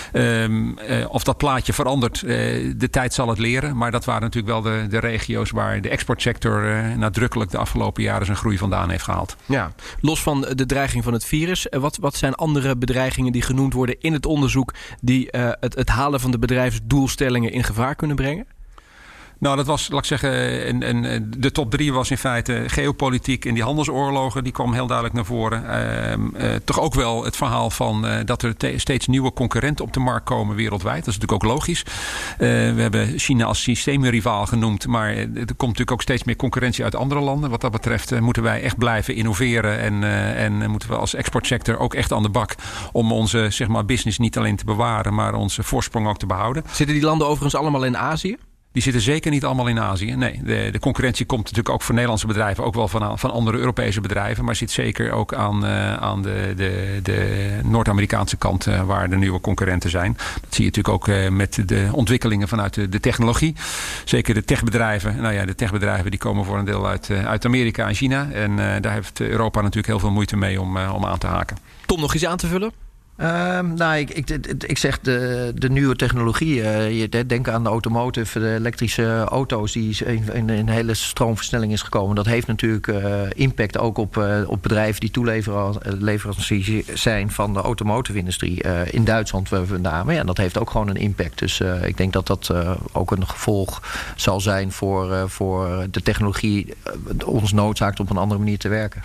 Um, uh, of dat plaatje verandert, uh, de tijd zal het leren. Maar dat waren natuurlijk wel de, de regio's waar de exportsector uh, nadrukkelijk de afgelopen jaren zijn groei vandaan heeft gehaald.
Ja, los van de dreiging van het virus, wat, wat zijn andere bedreigingen die genoemd worden in het onderzoek die uh, het, het halen van de bedrijfsdoelstellingen in gevaar kunnen brengen?
Nou, dat was, laat ik zeggen, een, een, de top drie was in feite geopolitiek en die handelsoorlogen. Die kwam heel duidelijk naar voren. Uh, uh, toch ook wel het verhaal van uh, dat er te, steeds nieuwe concurrenten op de markt komen wereldwijd. Dat is natuurlijk ook logisch. Uh, we hebben China als systeemrivaal genoemd. Maar er komt natuurlijk ook steeds meer concurrentie uit andere landen. Wat dat betreft uh, moeten wij echt blijven innoveren. En, uh, en moeten we als exportsector ook echt aan de bak om onze zeg maar, business niet alleen te bewaren, maar onze voorsprong ook te behouden.
Zitten die landen overigens allemaal in Azië?
Die zitten zeker niet allemaal in Azië. Nee, de, de concurrentie komt natuurlijk ook voor Nederlandse bedrijven, ook wel van, van andere Europese bedrijven, maar zit zeker ook aan, uh, aan de, de, de Noord-Amerikaanse kant uh, waar de nieuwe concurrenten zijn. Dat zie je natuurlijk ook uh, met de ontwikkelingen vanuit de, de technologie. Zeker de techbedrijven. Nou ja, de techbedrijven die komen voor een deel uit, uh, uit Amerika en China. En uh, daar heeft Europa natuurlijk heel veel moeite mee om, uh, om aan te haken.
Tom, nog iets aan te vullen?
Uh, nou, ik, ik, ik zeg de, de nieuwe technologie. Uh, je denk aan de automotive, de elektrische auto's die in, in een hele stroomversnelling is gekomen. Dat heeft natuurlijk uh, impact ook op, uh, op bedrijven die toeleverancier zijn van de automotive-industrie. Uh, in Duitsland met name. Ja, en dat heeft ook gewoon een impact. Dus uh, ik denk dat dat uh, ook een gevolg zal zijn voor, uh, voor de technologie uh, ons noodzaakt op een andere manier te werken.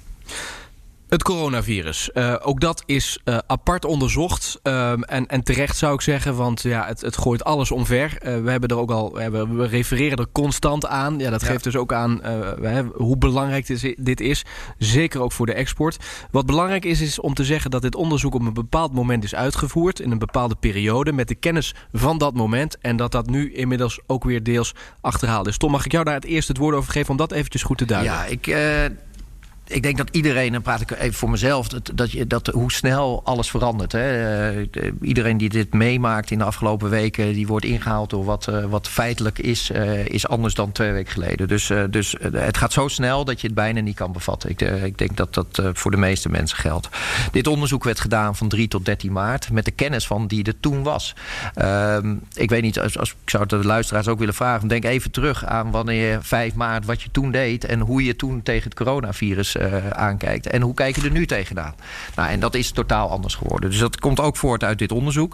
Het coronavirus, uh, ook dat is uh, apart onderzocht. Uh, en, en terecht zou ik zeggen, want ja, het, het gooit alles omver. Uh, we hebben er ook al, we, hebben, we refereren er constant aan. Ja, dat ja. geeft dus ook aan uh, we, hoe belangrijk dit is, dit is. Zeker ook voor de export. Wat belangrijk is, is om te zeggen dat dit onderzoek op een bepaald moment is uitgevoerd. In een bepaalde periode, met de kennis van dat moment. En dat dat nu inmiddels ook weer deels achterhaald is. Tom, mag ik jou daar het eerst het woord over geven om dat eventjes goed te duiden?
Ja, ik... Uh... Ik denk dat iedereen, en praat ik even voor mezelf, dat, dat, je, dat hoe snel alles verandert. Hè. Uh, iedereen die dit meemaakt in de afgelopen weken, die wordt ingehaald door wat, uh, wat feitelijk is, uh, is anders dan twee weken geleden. Dus, uh, dus uh, het gaat zo snel dat je het bijna niet kan bevatten. Ik, uh, ik denk dat dat uh, voor de meeste mensen geldt. Dit onderzoek werd gedaan van drie tot dertien maart met de kennis van die er toen was. Uh, ik weet niet, als, als, ik zou het de luisteraars ook willen vragen, denk even terug aan wanneer vijf maart, wat je toen deed en hoe je toen tegen het coronavirus uh, aankijkt. En hoe kijk je er nu tegenaan? Nou, en dat is totaal anders geworden. Dus dat komt ook voort uit dit onderzoek.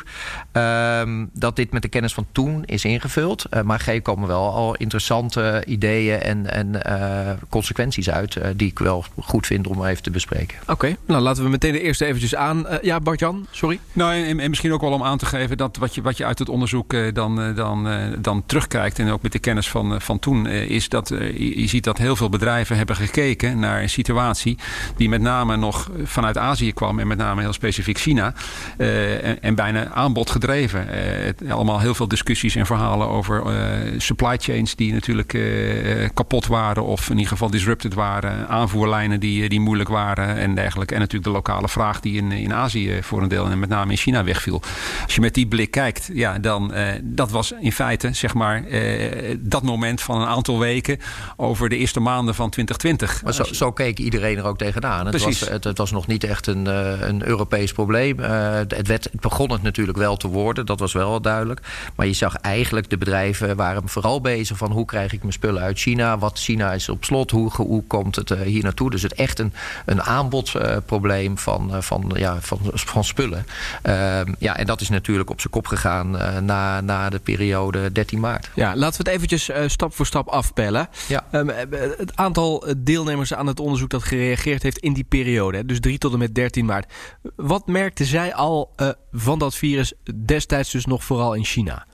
Um, dat dit met de kennis van toen is ingevuld. Uh, maar er komen wel al interessante ideeën en, en uh, consequenties uit. Uh, die ik wel goed vind om even te bespreken.
Oké, okay, nou laten we meteen de eerste eventjes aan. Uh, ja, Bart-Jan, sorry.
Nou, en, en misschien ook wel om aan te geven dat wat je, wat je uit het onderzoek uh, dan, uh, dan, uh, dan terugkijkt. En ook met de kennis van, uh, van toen. Uh, is dat uh, je, je ziet dat heel veel bedrijven hebben gekeken naar een situatie die met name nog vanuit Azië kwam. En met name heel specifiek China. Uh, en, en bijna aanbod gedreven. Uh, het, allemaal heel veel discussies en verhalen over uh, supply chains die natuurlijk uh, kapot waren. Of in ieder geval disrupted waren. Aanvoerlijnen die, die moeilijk waren en dergelijke. En natuurlijk de lokale vraag die in, in Azië voor een deel en met name in China wegviel. Als je met die blik kijkt, ja, dan uh, dat was in feite zeg maar uh, dat moment van een aantal weken over de eerste maanden van twintig twintig.
Maar zo, zo keek iedereen er ook tegenaan. Het was, het, het was nog niet echt een, een Europees probleem. Uh, het, werd, het begon het natuurlijk wel te worden, dat was wel duidelijk. Maar je zag eigenlijk de bedrijven waren vooral bezig van hoe krijg ik mijn spullen uit China? Wat China is op slot, hoe, hoe komt het uh, hier naartoe? Dus het echt een, een aanbodprobleem uh, van, uh, van, ja, van, van spullen. Uh, ja, en dat is natuurlijk op zijn kop gegaan uh, na, na de periode dertien maart.
Ja, laten we het eventjes uh, stap voor stap afpellen.
Ja.
Um, het aantal deelnemers aan het onderzoek dat gereageerd heeft in die periode, dus drie tot en met dertien maart. Wat merkten zij al uh, van dat virus destijds dus nog vooral in China?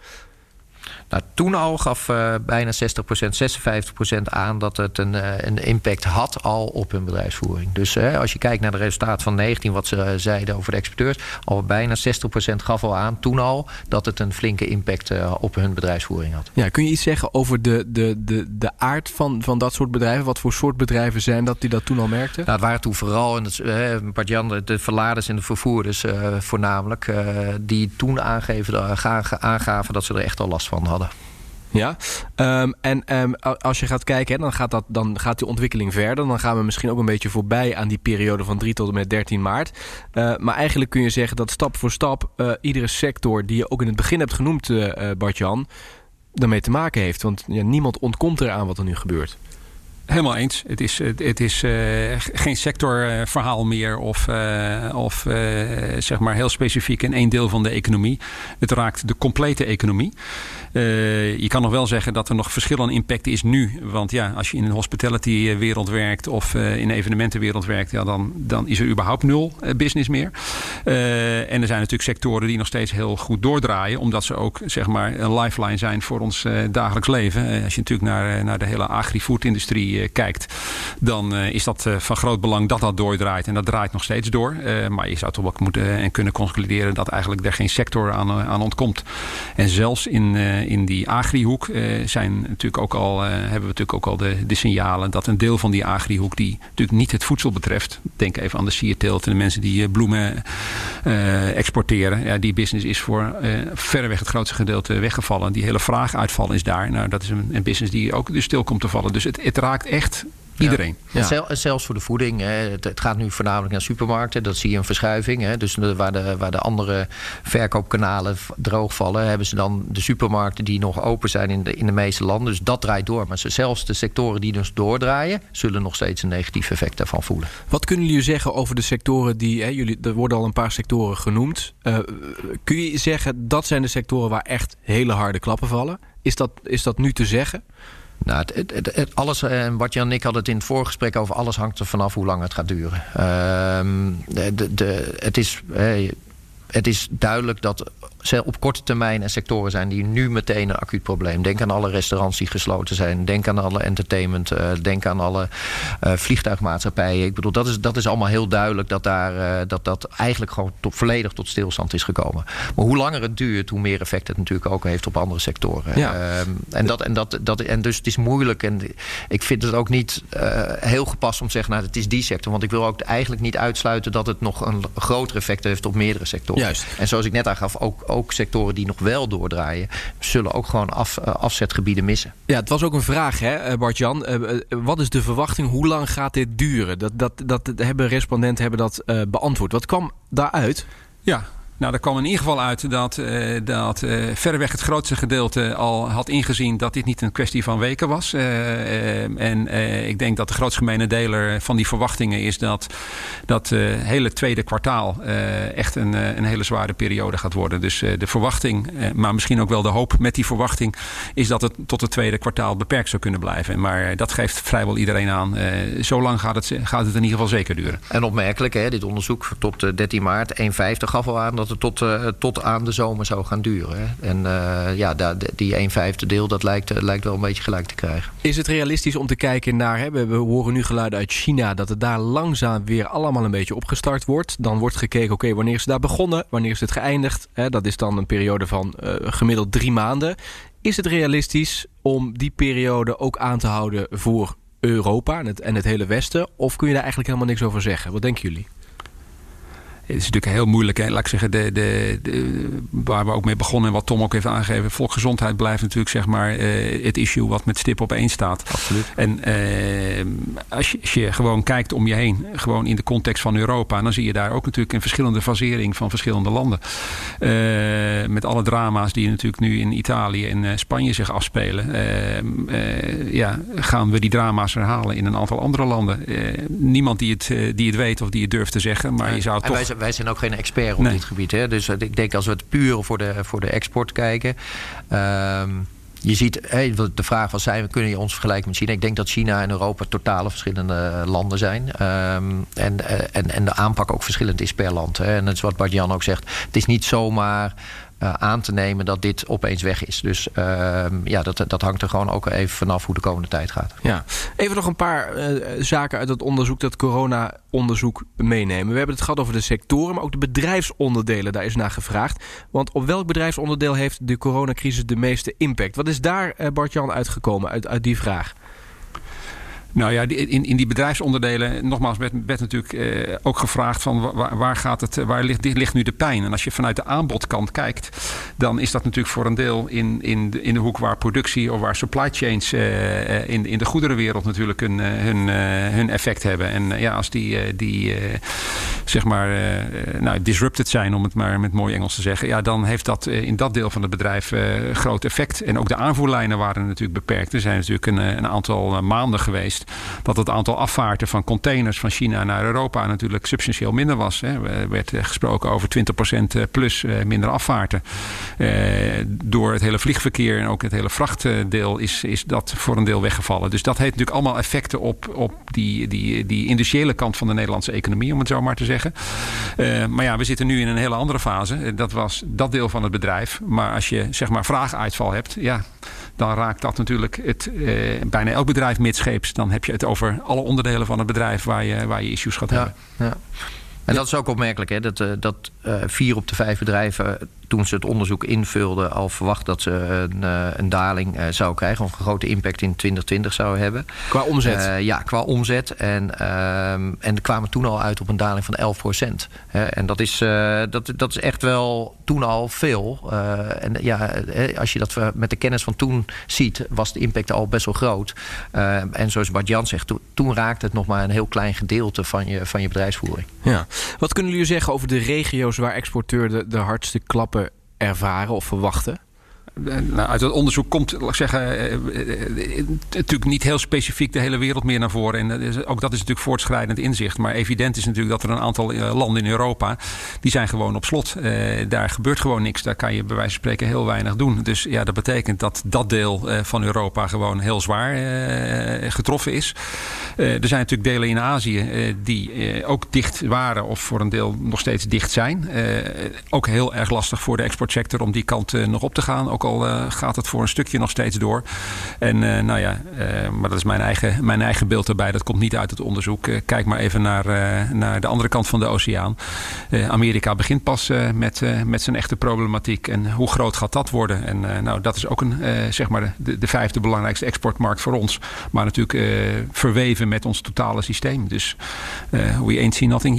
Nou, toen al gaf uh, bijna zestig procent, zesenvijftig procent aan dat het een, uh, een impact had al op hun bedrijfsvoering. Dus uh, als je kijkt naar de resultaten van negentien, wat ze uh, zeiden over de exporteurs, al bijna zestig procent gaf al aan, toen al, dat het een flinke impact uh, op hun bedrijfsvoering had.
Ja, kun je iets zeggen over de, de, de, de aard van, van dat soort bedrijven? Wat voor soort bedrijven zijn dat die dat toen al merkten?
Nou, het waren toen vooral, en het, uh, Bart-Jan, de verladers en de vervoerders uh, voornamelijk, uh, die toen aangeven, aangaven dat ze er echt al last van hadden.
Ja, um, en um, als je gaat kijken, hè, dan, gaat dat, dan gaat die ontwikkeling verder. Dan gaan we misschien ook een beetje voorbij aan die periode van drie tot en met dertien maart. Uh, maar eigenlijk kun je zeggen dat stap voor stap uh, iedere sector die je ook in het begin hebt genoemd, uh, Bart-Jan, daarmee te maken heeft. Want ja, niemand ontkomt eraan wat er nu gebeurt.
Helemaal eens. Het is, het is uh, geen sectorverhaal meer of, uh, of uh, zeg maar heel specifiek in één deel van de economie. Het raakt de complete economie. Uh, je kan nog wel zeggen dat er nog verschil aan impact is nu. Want ja, als je in een hospitality wereld werkt of uh, in een evenementenwereld werkt, ja, dan, dan is er überhaupt nul business meer. Uh, en er zijn natuurlijk sectoren die nog steeds heel goed doordraaien, omdat ze ook zeg maar een lifeline zijn voor ons uh, dagelijks leven. Uh, als je natuurlijk naar, naar de hele agri-food-industrie uh, kijkt, dan uh, is dat uh, van groot belang dat dat doordraait. En dat draait nog steeds door. Uh, maar je zou toch wel moeten en kunnen concluderen dat eigenlijk er geen sector aan, uh, aan ontkomt. En zelfs in uh, in die agrihoek uh, zijn natuurlijk ook al, uh, hebben we natuurlijk ook al de, de signalen dat een deel van die agrihoek die natuurlijk niet het voedsel betreft. Denk even aan de sierteelt en de mensen die uh, bloemen uh, exporteren. Ja, die business is voor uh, verreweg het grootste gedeelte weggevallen. Die hele vraaguitval is daar. Nou, dat is een, een business die ook dus stil komt te vallen. Dus het, het raakt echt iedereen.
Ja. Ja. En zelfs voor de voeding. Hè. Het, het gaat nu voornamelijk naar supermarkten. Dat zie je een verschuiving. Hè. Dus de, waar, de, waar de andere verkoopkanalen droogvallen, hebben ze dan de supermarkten die nog open zijn in de, in de meeste landen. Dus dat draait door. Maar zelfs de sectoren die dus doordraaien, zullen nog steeds een negatief effect daarvan voelen.
Wat kunnen jullie zeggen over de sectoren die, hè, jullie, er worden al een paar sectoren genoemd. Uh, kun je zeggen dat zijn de sectoren waar echt hele harde klappen vallen? Is dat, is dat nu te zeggen?
Nou, het, het, het, alles, en Bart-Jan en ik hadden het in het voorgesprek over, alles hangt er vanaf hoe lang het gaat duren. Uh, de, de, de, het, is, uh, het is duidelijk dat op korte termijn er sectoren zijn die nu meteen een acuut probleem. Denk aan alle restaurants die gesloten zijn. Denk aan alle entertainment. Uh, denk aan alle uh, vliegtuigmaatschappijen. Ik bedoel, dat is, dat is allemaal heel duidelijk dat daar, uh, dat, dat eigenlijk gewoon tot, volledig tot stilstand is gekomen. Maar hoe langer het duurt, hoe meer effect het natuurlijk ook heeft op andere sectoren.
Ja.
Uh, en, dat, en, dat, dat, en dus het is moeilijk. En ik vind het ook niet uh, heel gepast om te zeggen, nou, het is die sector. Want ik wil ook eigenlijk niet uitsluiten dat het nog een groter effect heeft op meerdere sectoren.
Juist.
En zoals ik net aangaf, ook ook sectoren die nog wel doordraaien, zullen ook gewoon af, uh, afzetgebieden missen.
Ja, het was ook een vraag, hè, Bart-Jan. Uh, wat is de verwachting? Hoe lang gaat dit duren? Dat, dat, dat hebben respondenten hebben dat uh, beantwoord. Wat kwam daaruit?
Ja. Nou, er kwam in ieder geval uit dat, uh, dat uh, verreweg het grootste gedeelte al had ingezien dat dit niet een kwestie van weken was. Uh, uh, en uh, ik denk dat de grootst gemene deler van die verwachtingen is dat dat uh, hele tweede kwartaal uh, echt een, uh, een hele zware periode gaat worden. Dus uh, de verwachting, uh, maar misschien ook wel de hoop met die verwachting, is dat het tot het tweede kwartaal beperkt zou kunnen blijven. Maar uh, dat geeft vrijwel iedereen aan. Uh, zo lang gaat het, gaat het in ieder geval zeker duren.
En opmerkelijk, hè, dit onderzoek tot uh, dertien maart, één komma vijftig gaf al aan dat het tot, uh, tot aan de zomer zou gaan duren. Hè. En uh, ja, da, die één vijfde deel, dat lijkt, uh, lijkt wel een beetje gelijk te krijgen.
Is het realistisch om te kijken naar, hè, we, we horen nu geluiden uit China, dat het daar langzaam weer allemaal een beetje opgestart wordt. Dan wordt gekeken, oké, okay, wanneer is het daar begonnen, wanneer is het geëindigd? Hè, dat is dan een periode van uh, gemiddeld drie maanden. Is het realistisch om die periode ook aan te houden voor Europa en het, en het hele Westen? Of kun je daar eigenlijk helemaal niks over zeggen? Wat denken jullie?
Het is natuurlijk heel moeilijk. Hè? Laat ik zeggen, de, de, de, waar we ook mee begonnen en wat Tom ook heeft aangegeven. Volksgezondheid blijft natuurlijk zeg maar uh, het issue wat met stip op één staat.
Absoluut.
En uh, als, je, als je gewoon kijkt om je heen, gewoon in de context van Europa, dan zie je daar ook natuurlijk een verschillende fasering van verschillende landen. Uh, met alle drama's die natuurlijk nu in Italië en uh, Spanje zich afspelen. Uh, uh, ja, gaan we die drama's herhalen in een aantal andere landen? Uh, niemand die het, uh, die het weet of die het durft te zeggen, maar je zou het toch...
Wij zijn ook geen expert op
nee.
dit gebied. Hè? Dus ik denk als we het puur voor de, voor de export kijken. Um, je ziet, hey, de vraag was, zijn, kunnen je ons vergelijken met China? Ik denk dat China en Europa totale verschillende landen zijn. Um, en, en, en de aanpak ook verschillend is per land. Hè? En dat is wat Bart-Jan ook zegt. Het is niet zomaar uh, aan te nemen dat dit opeens weg is. Dus uh, ja, dat, dat hangt er gewoon ook even vanaf hoe de komende tijd gaat.
Ja. Even nog een paar uh, zaken uit het onderzoek, dat corona-onderzoek meenemen. We hebben het gehad over de sectoren, maar ook de bedrijfsonderdelen. Daar is naar gevraagd. Want op welk bedrijfsonderdeel heeft de coronacrisis de meeste impact? Wat is daar, uh, Bart-Jan, uitgekomen uit, uit die vraag?
Nou ja, in, in die bedrijfsonderdelen, nogmaals, werd, werd natuurlijk eh, ook gevraagd van waar, waar gaat het, waar ligt, ligt nu de pijn? En als je vanuit de aanbodkant kijkt, dan is dat natuurlijk voor een deel in, in, de, in de hoek waar productie of waar supply chains eh, in, in de goederenwereld natuurlijk hun, hun, uh, hun effect hebben. En uh, ja, als die, uh, die uh, zeg maar, uh, nou, disrupted zijn, om het maar met mooi Engels te zeggen, ja, dan heeft dat uh, in dat deel van het bedrijf uh, groot effect. En ook de aanvoerlijnen waren natuurlijk beperkt. Er zijn natuurlijk een, een aantal uh, maanden geweest dat het aantal afvaarten van containers van China naar Europa natuurlijk substantieel minder was. Hè. Er werd gesproken over twintig procent plus minder afvaarten. Uh, door het hele vliegverkeer en ook het hele vrachtdeel is, is dat voor een deel weggevallen. Dus dat heeft natuurlijk allemaal effecten op, op die, die, die industriële kant van de Nederlandse economie, om het zo maar te zeggen. Uh, maar ja, we zitten nu in een hele andere fase. Dat was dat deel van het bedrijf. Maar als je zeg maar vraaguitval hebt, ja, dan raakt dat natuurlijk het, uh, bijna elk bedrijf midscheeps. Dan heb je het over alle onderdelen van het bedrijf waar je, waar je issues gaat
ja,
hebben.
Ja. En dat is ook opmerkelijk, hè? Dat, uh, dat uh, vier op de vijf bedrijven, toen ze het onderzoek invulden, al verwacht dat ze een, uh, een daling uh, zou krijgen, of een grote impact in twintig twintig zou hebben.
Qua omzet? Uh,
ja, qua omzet. En, uh, en kwamen toen al uit op een daling van elf procent. Hè? En dat is, uh, dat, dat is echt wel toen al veel. Uh, en ja, als je dat met de kennis van toen ziet, was de impact al best wel groot. Uh, en zoals Bart-Jan zegt, to, toen raakte het nog maar een heel klein gedeelte van je, van je bedrijfsvoering.
Ja. Wat kunnen jullie zeggen over de regio's waar exporteur de, de hardste klappen ervaren of verwachten?
Nou, uit het onderzoek komt, laat ik zeggen, eh, eh, natuurlijk niet heel specifiek de hele wereld meer naar voren. En dat is, ook dat is natuurlijk voortschrijdend inzicht. Maar evident is natuurlijk dat er een aantal uh, landen in Europa, die zijn gewoon op slot. Uh, daar gebeurt gewoon niks. Daar kan je bij wijze van spreken heel weinig doen. Dus ja, dat betekent dat dat deel uh, van Europa gewoon heel zwaar uh, getroffen is. Uh, er zijn natuurlijk delen in Azië uh, die uh, ook dicht waren of voor een deel nog steeds dicht zijn. Uh, ook heel erg lastig voor de exportsector om die kant uh, nog op te gaan. Ook al uh, gaat het voor een stukje nog steeds door. En uh, nou ja, uh, maar dat is mijn eigen, mijn eigen beeld erbij. Dat komt niet uit het onderzoek. Uh, kijk maar even naar, uh, naar de andere kant van de oceaan. Uh, Amerika begint pas uh, met, uh, met zijn echte problematiek. En hoe groot gaat dat worden? En uh, nou, dat is ook een, uh, zeg maar de, de vijfde belangrijkste exportmarkt voor ons. Maar natuurlijk uh, verweven met ons totale systeem. Dus uh, we ain't seen nothing yet.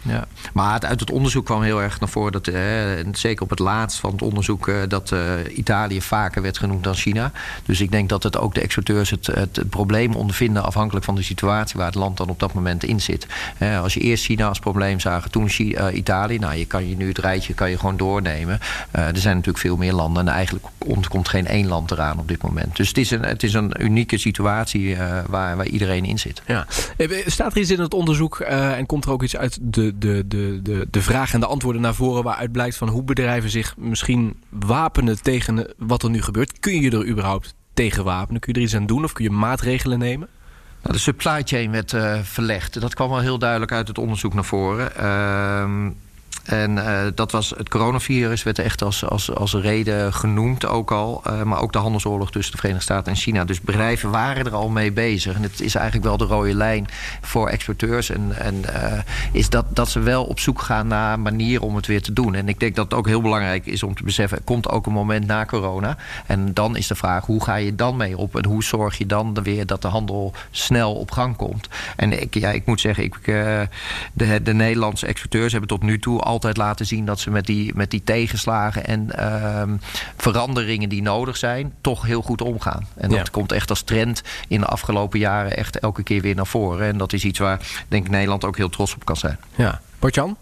Ja, maar het, uit het onderzoek kwam heel erg naar voren dat, eh, zeker op het laatst van het onderzoek, eh, dat uh, Italië vaker werd genoemd dan China. Dus ik denk dat het ook de exporteurs het, het, het probleem ondervinden afhankelijk van de situatie waar het land dan op dat moment in zit. Eh, als je eerst China als probleem zagen, toen China, uh, Italië, nou je kan je nu het rijtje kan je gewoon doornemen. Uh, er zijn natuurlijk veel meer landen en eigenlijk komt geen één land eraan op dit moment. Dus het is een, het is een unieke situatie uh, waar, waar iedereen in zit.
Ja. Staat er iets in het onderzoek uh, en komt er ook iets uit de De, de, de, de vraag en de antwoorden naar voren waaruit blijkt van hoe bedrijven zich misschien wapenen tegen wat er nu gebeurt? Kun je er überhaupt tegen wapenen? Kun je er iets aan doen of kun je maatregelen nemen?
Nou, de supply chain werd uh, verlegd. Dat kwam wel heel duidelijk uit het onderzoek naar voren. Uh, En uh, dat was het coronavirus werd echt als, als, als reden genoemd ook al. Uh, maar ook de handelsoorlog tussen de Verenigde Staten en China. Dus bedrijven waren er al mee bezig. En het is eigenlijk wel de rode lijn voor exporteurs. En, en uh, is dat, dat ze wel op zoek gaan naar manieren om het weer te doen. En ik denk dat het ook heel belangrijk is om te beseffen, er komt ook een moment na corona. En dan is de vraag, hoe ga je dan mee op? En hoe zorg je dan weer dat de handel snel op gang komt? En ik, ja, ik moet zeggen, ik, uh, de, de Nederlandse exporteurs hebben tot nu toe al altijd laten zien dat ze met die, met die tegenslagen en uh, veranderingen die nodig zijn, toch heel goed omgaan. En dat ja. komt echt als trend in de afgelopen jaren echt elke keer weer naar voren. En dat is iets waar, denk ik, Nederland ook heel trots op kan zijn.
Ja. Bart-Jan?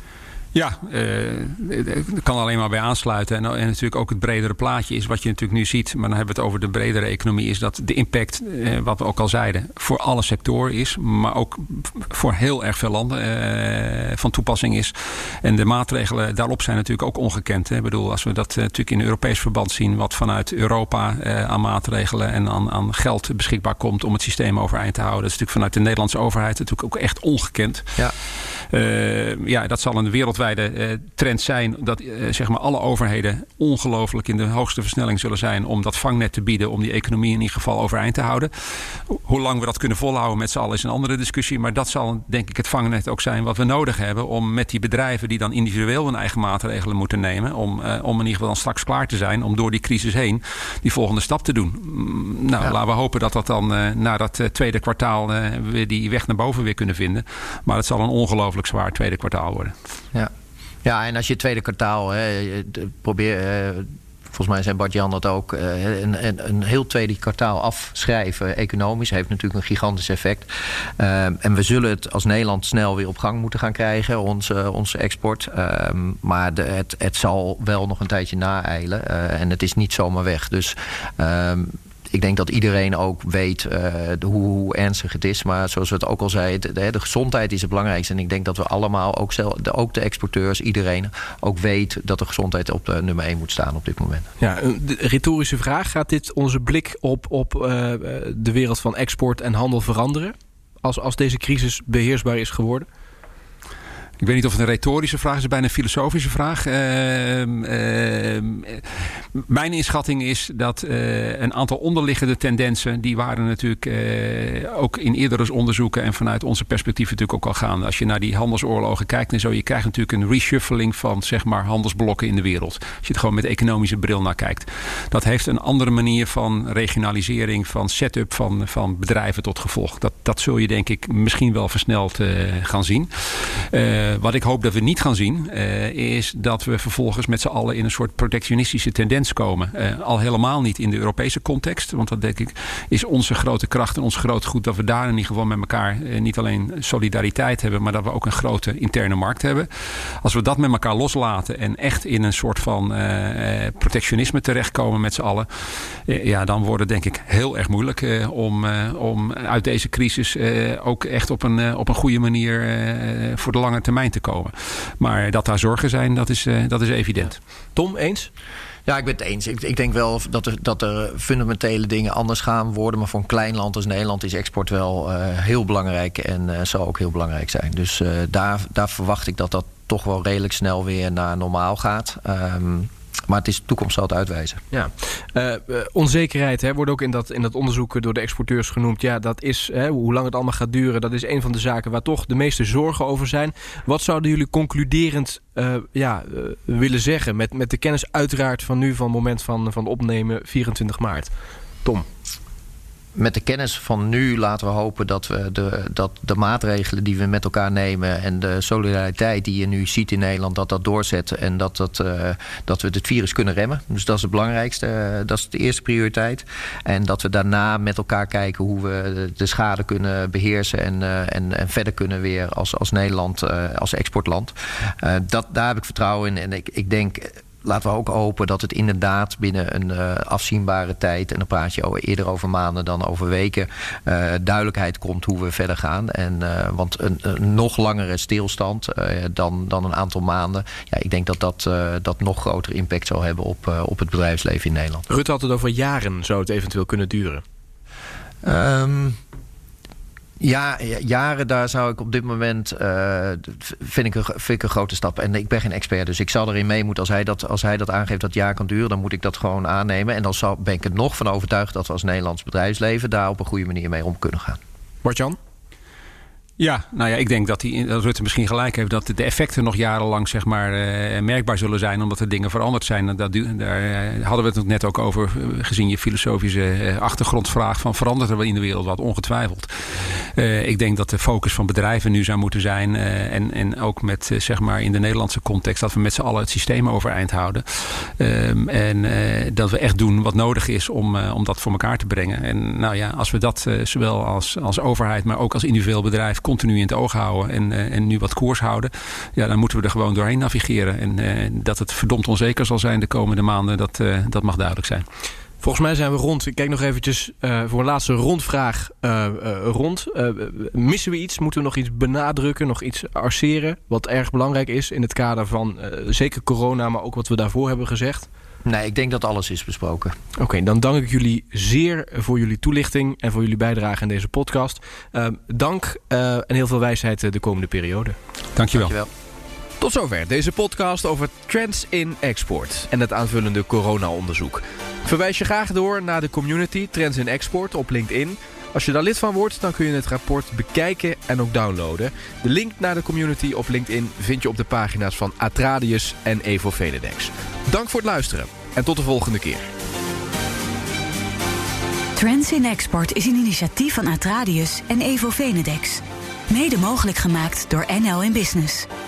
Ja, uh, ik kan alleen maar bij aansluiten. En, en natuurlijk ook het bredere plaatje is wat je natuurlijk nu ziet. Maar dan hebben we het over de bredere economie. Is dat de impact, uh, wat we ook al zeiden, voor alle sectoren is. Maar ook voor heel erg veel landen uh, van toepassing is. En de maatregelen daarop zijn natuurlijk ook ongekend. Hè. Ik bedoel, als we dat uh, natuurlijk in Europees verband zien. Wat vanuit Europa uh, aan maatregelen en aan, aan geld beschikbaar komt om het systeem overeind te houden. Dat is natuurlijk vanuit de Nederlandse overheid natuurlijk ook echt ongekend. Ja, uh, ja dat zal een wereldwijde Uh, trend zijn dat uh, zeg maar alle overheden ongelooflijk in de hoogste versnelling zullen zijn om dat vangnet te bieden, om die economie in ieder geval overeind te houden. Hoe lang we dat kunnen volhouden met z'n allen is een andere discussie, maar dat zal denk ik het vangnet ook zijn wat we nodig hebben om met die bedrijven die dan individueel hun eigen maatregelen moeten nemen, om, uh, om in ieder geval dan straks klaar te zijn om door die crisis heen die volgende stap te doen. Nou, ja. laten we hopen dat dat dan uh, na dat uh, tweede kwartaal uh, we die weg naar boven weer kunnen vinden. Maar het zal een ongelooflijk zwaar tweede kwartaal worden.
Ja. Ja, en als je het tweede kwartaal hè, probeer, eh, volgens mij zei Bart-Jan dat ook, eh, een, een, een heel tweede kwartaal afschrijven economisch heeft natuurlijk een gigantisch effect. Uh, en we zullen het als Nederland snel weer op gang moeten gaan krijgen, onze, onze export. Uh, maar de, het, het zal wel nog een tijdje naeilen uh, en het is niet zomaar weg. Dus Uh, ik denk dat iedereen ook weet uh, de, hoe, hoe ernstig het is. Maar zoals we het ook al zeiden, de, de gezondheid is het belangrijkste. En ik denk dat we allemaal, ook, zelf, de, ook de exporteurs, iedereen, ook weet dat de gezondheid op de nummer één moet staan op dit moment.
Ja, een retorische vraag. Gaat dit onze blik op, op uh, de wereld van export en handel veranderen? Als, als deze crisis beheersbaar is geworden?
Ik weet niet of het een retorische vraag is, het is bijna een filosofische vraag. Uh, uh, mijn inschatting is dat uh, een aantal onderliggende tendensen, die waren natuurlijk uh, ook in eerdere onderzoeken en vanuit onze perspectief natuurlijk ook al gaande. Als je naar die handelsoorlogen kijkt en zo, je krijgt natuurlijk een reshuffling van zeg maar handelsblokken in de wereld. Als je het gewoon met economische bril naar kijkt. Dat heeft een andere manier van regionalisering, van setup van, van bedrijven tot gevolg. Dat, dat zul je denk ik misschien wel versneld uh, gaan zien. Uh, Wat ik hoop dat we niet gaan zien, uh, is dat we vervolgens met z'n allen in een soort protectionistische tendens komen. Uh, al helemaal niet in de Europese context. Want dat denk ik is onze grote kracht en ons groot goed dat we daar in ieder geval met elkaar uh, niet alleen solidariteit hebben, maar dat we ook een grote interne markt hebben. Als we dat met elkaar loslaten en echt in een soort van uh, protectionisme terechtkomen met z'n allen, uh, ja, dan wordt het denk ik heel erg moeilijk uh, om, uh, om uit deze crisis uh, ook echt op een, uh, op een goede manier uh, voor de lange termijn te komen. Maar dat daar zorgen zijn, dat is, uh, dat is evident.
Tom, eens?
Ja, ik ben het eens. Ik, ik denk wel dat er, dat er fundamentele dingen anders gaan worden. Maar voor een klein land als Nederland is export wel uh, heel belangrijk. En uh, zal ook heel belangrijk zijn. Dus uh, daar, daar verwacht ik dat dat toch wel redelijk snel weer naar normaal gaat. Um, Maar het is, de toekomst zal het uitwijzen.
Ja. Uh, uh, onzekerheid hè, wordt ook in dat, in dat onderzoek door de exporteurs genoemd. Ja, dat is, hè, hoe lang het allemaal gaat duren, dat is een van de zaken waar toch de meeste zorgen over zijn. Wat zouden jullie concluderend uh, ja, uh, willen zeggen? Met, met de kennis uiteraard van nu, van het moment van, van opnemen, vierentwintig maart. Tom?
met de kennis van nu laten we hopen dat we de, dat de maatregelen die we met elkaar nemen en de solidariteit die je nu ziet in Nederland, dat dat doorzet en dat, dat, uh, dat we het virus kunnen remmen. Dus dat is het belangrijkste. Uh, dat is de eerste prioriteit. En dat we daarna met elkaar kijken hoe we de, de schade kunnen beheersen en, uh, en, en verder kunnen weer als, als Nederland, uh, als exportland. Uh, dat, daar heb ik vertrouwen in. En ik, ik denk, laten we ook hopen dat het inderdaad binnen een uh, afzienbare tijd, en dan praat je eerder over maanden dan over weken, uh, duidelijkheid komt hoe we verder gaan. En, uh, want een, een nog langere stilstand uh, dan, dan een aantal maanden, ja, ik denk dat dat, uh, dat nog grotere impact zal hebben op, uh, op het bedrijfsleven in Nederland.
Rutte had het over jaren, zou het eventueel kunnen duren?
Um, Ja, jaren, daar zou ik op dit moment, uh, vind, ik een, vind ik een grote stap. En ik ben geen expert, dus ik zal erin mee moeten. Als hij dat, als hij dat aangeeft dat het jaar kan duren, dan moet ik dat gewoon aannemen. En dan zal, ben ik er nog van overtuigd dat we als Nederlands bedrijfsleven daar op een goede manier mee om kunnen gaan.
Bart-Jan?
Ja, nou ja, ik denk dat, die, dat Rutte misschien gelijk heeft dat de effecten nog jarenlang zeg maar, uh, merkbaar zullen zijn, omdat er dingen veranderd zijn. Dat, daar uh, hadden we het net ook over, gezien je filosofische uh, achtergrondvraag van verandert er wel in de wereld wat, ongetwijfeld. Uh, ik denk dat de focus van bedrijven nu zou moeten zijn, uh, en, en ook met uh, zeg maar in de Nederlandse context, dat we met z'n allen het systeem overeind houden. Um, en uh, dat we echt doen wat nodig is om, uh, om dat voor elkaar te brengen. En nou ja, als we dat uh, zowel als, als overheid, maar ook als individueel bedrijf continu in het oog houden en, uh, en nu wat koers houden, ja, dan moeten we er gewoon doorheen navigeren. En uh, dat het verdomd onzeker zal zijn de komende maanden, dat, uh, dat mag duidelijk zijn.
Volgens mij zijn we rond. Ik kijk nog eventjes uh, voor een laatste rondvraag uh, uh, rond. Uh, missen we iets? Moeten we nog iets benadrukken? Nog iets arceren? Wat erg belangrijk is in het kader van uh, zeker corona, maar ook wat we daarvoor hebben gezegd?
Nee, ik denk dat alles is besproken.
Oké, okay, dan dank ik jullie zeer voor jullie toelichting en voor jullie bijdrage aan deze podcast. Uh, dank uh, en heel veel wijsheid de komende periode.
Dankjewel.
Dankjewel.
Tot zover deze podcast over Trends in Export en het aanvullende corona-onderzoek. Verwijs je graag door naar de community Trends in Export op LinkedIn. Als je daar lid van wordt, dan kun je het rapport bekijken en ook downloaden. De link naar de community op LinkedIn vind je op de pagina's van Atradius en Evo Venedex. Dank voor het luisteren en tot de volgende keer.
Trends in Export is een initiatief van Atradius en Evo Venedex. Mede mogelijk gemaakt door N L in Business.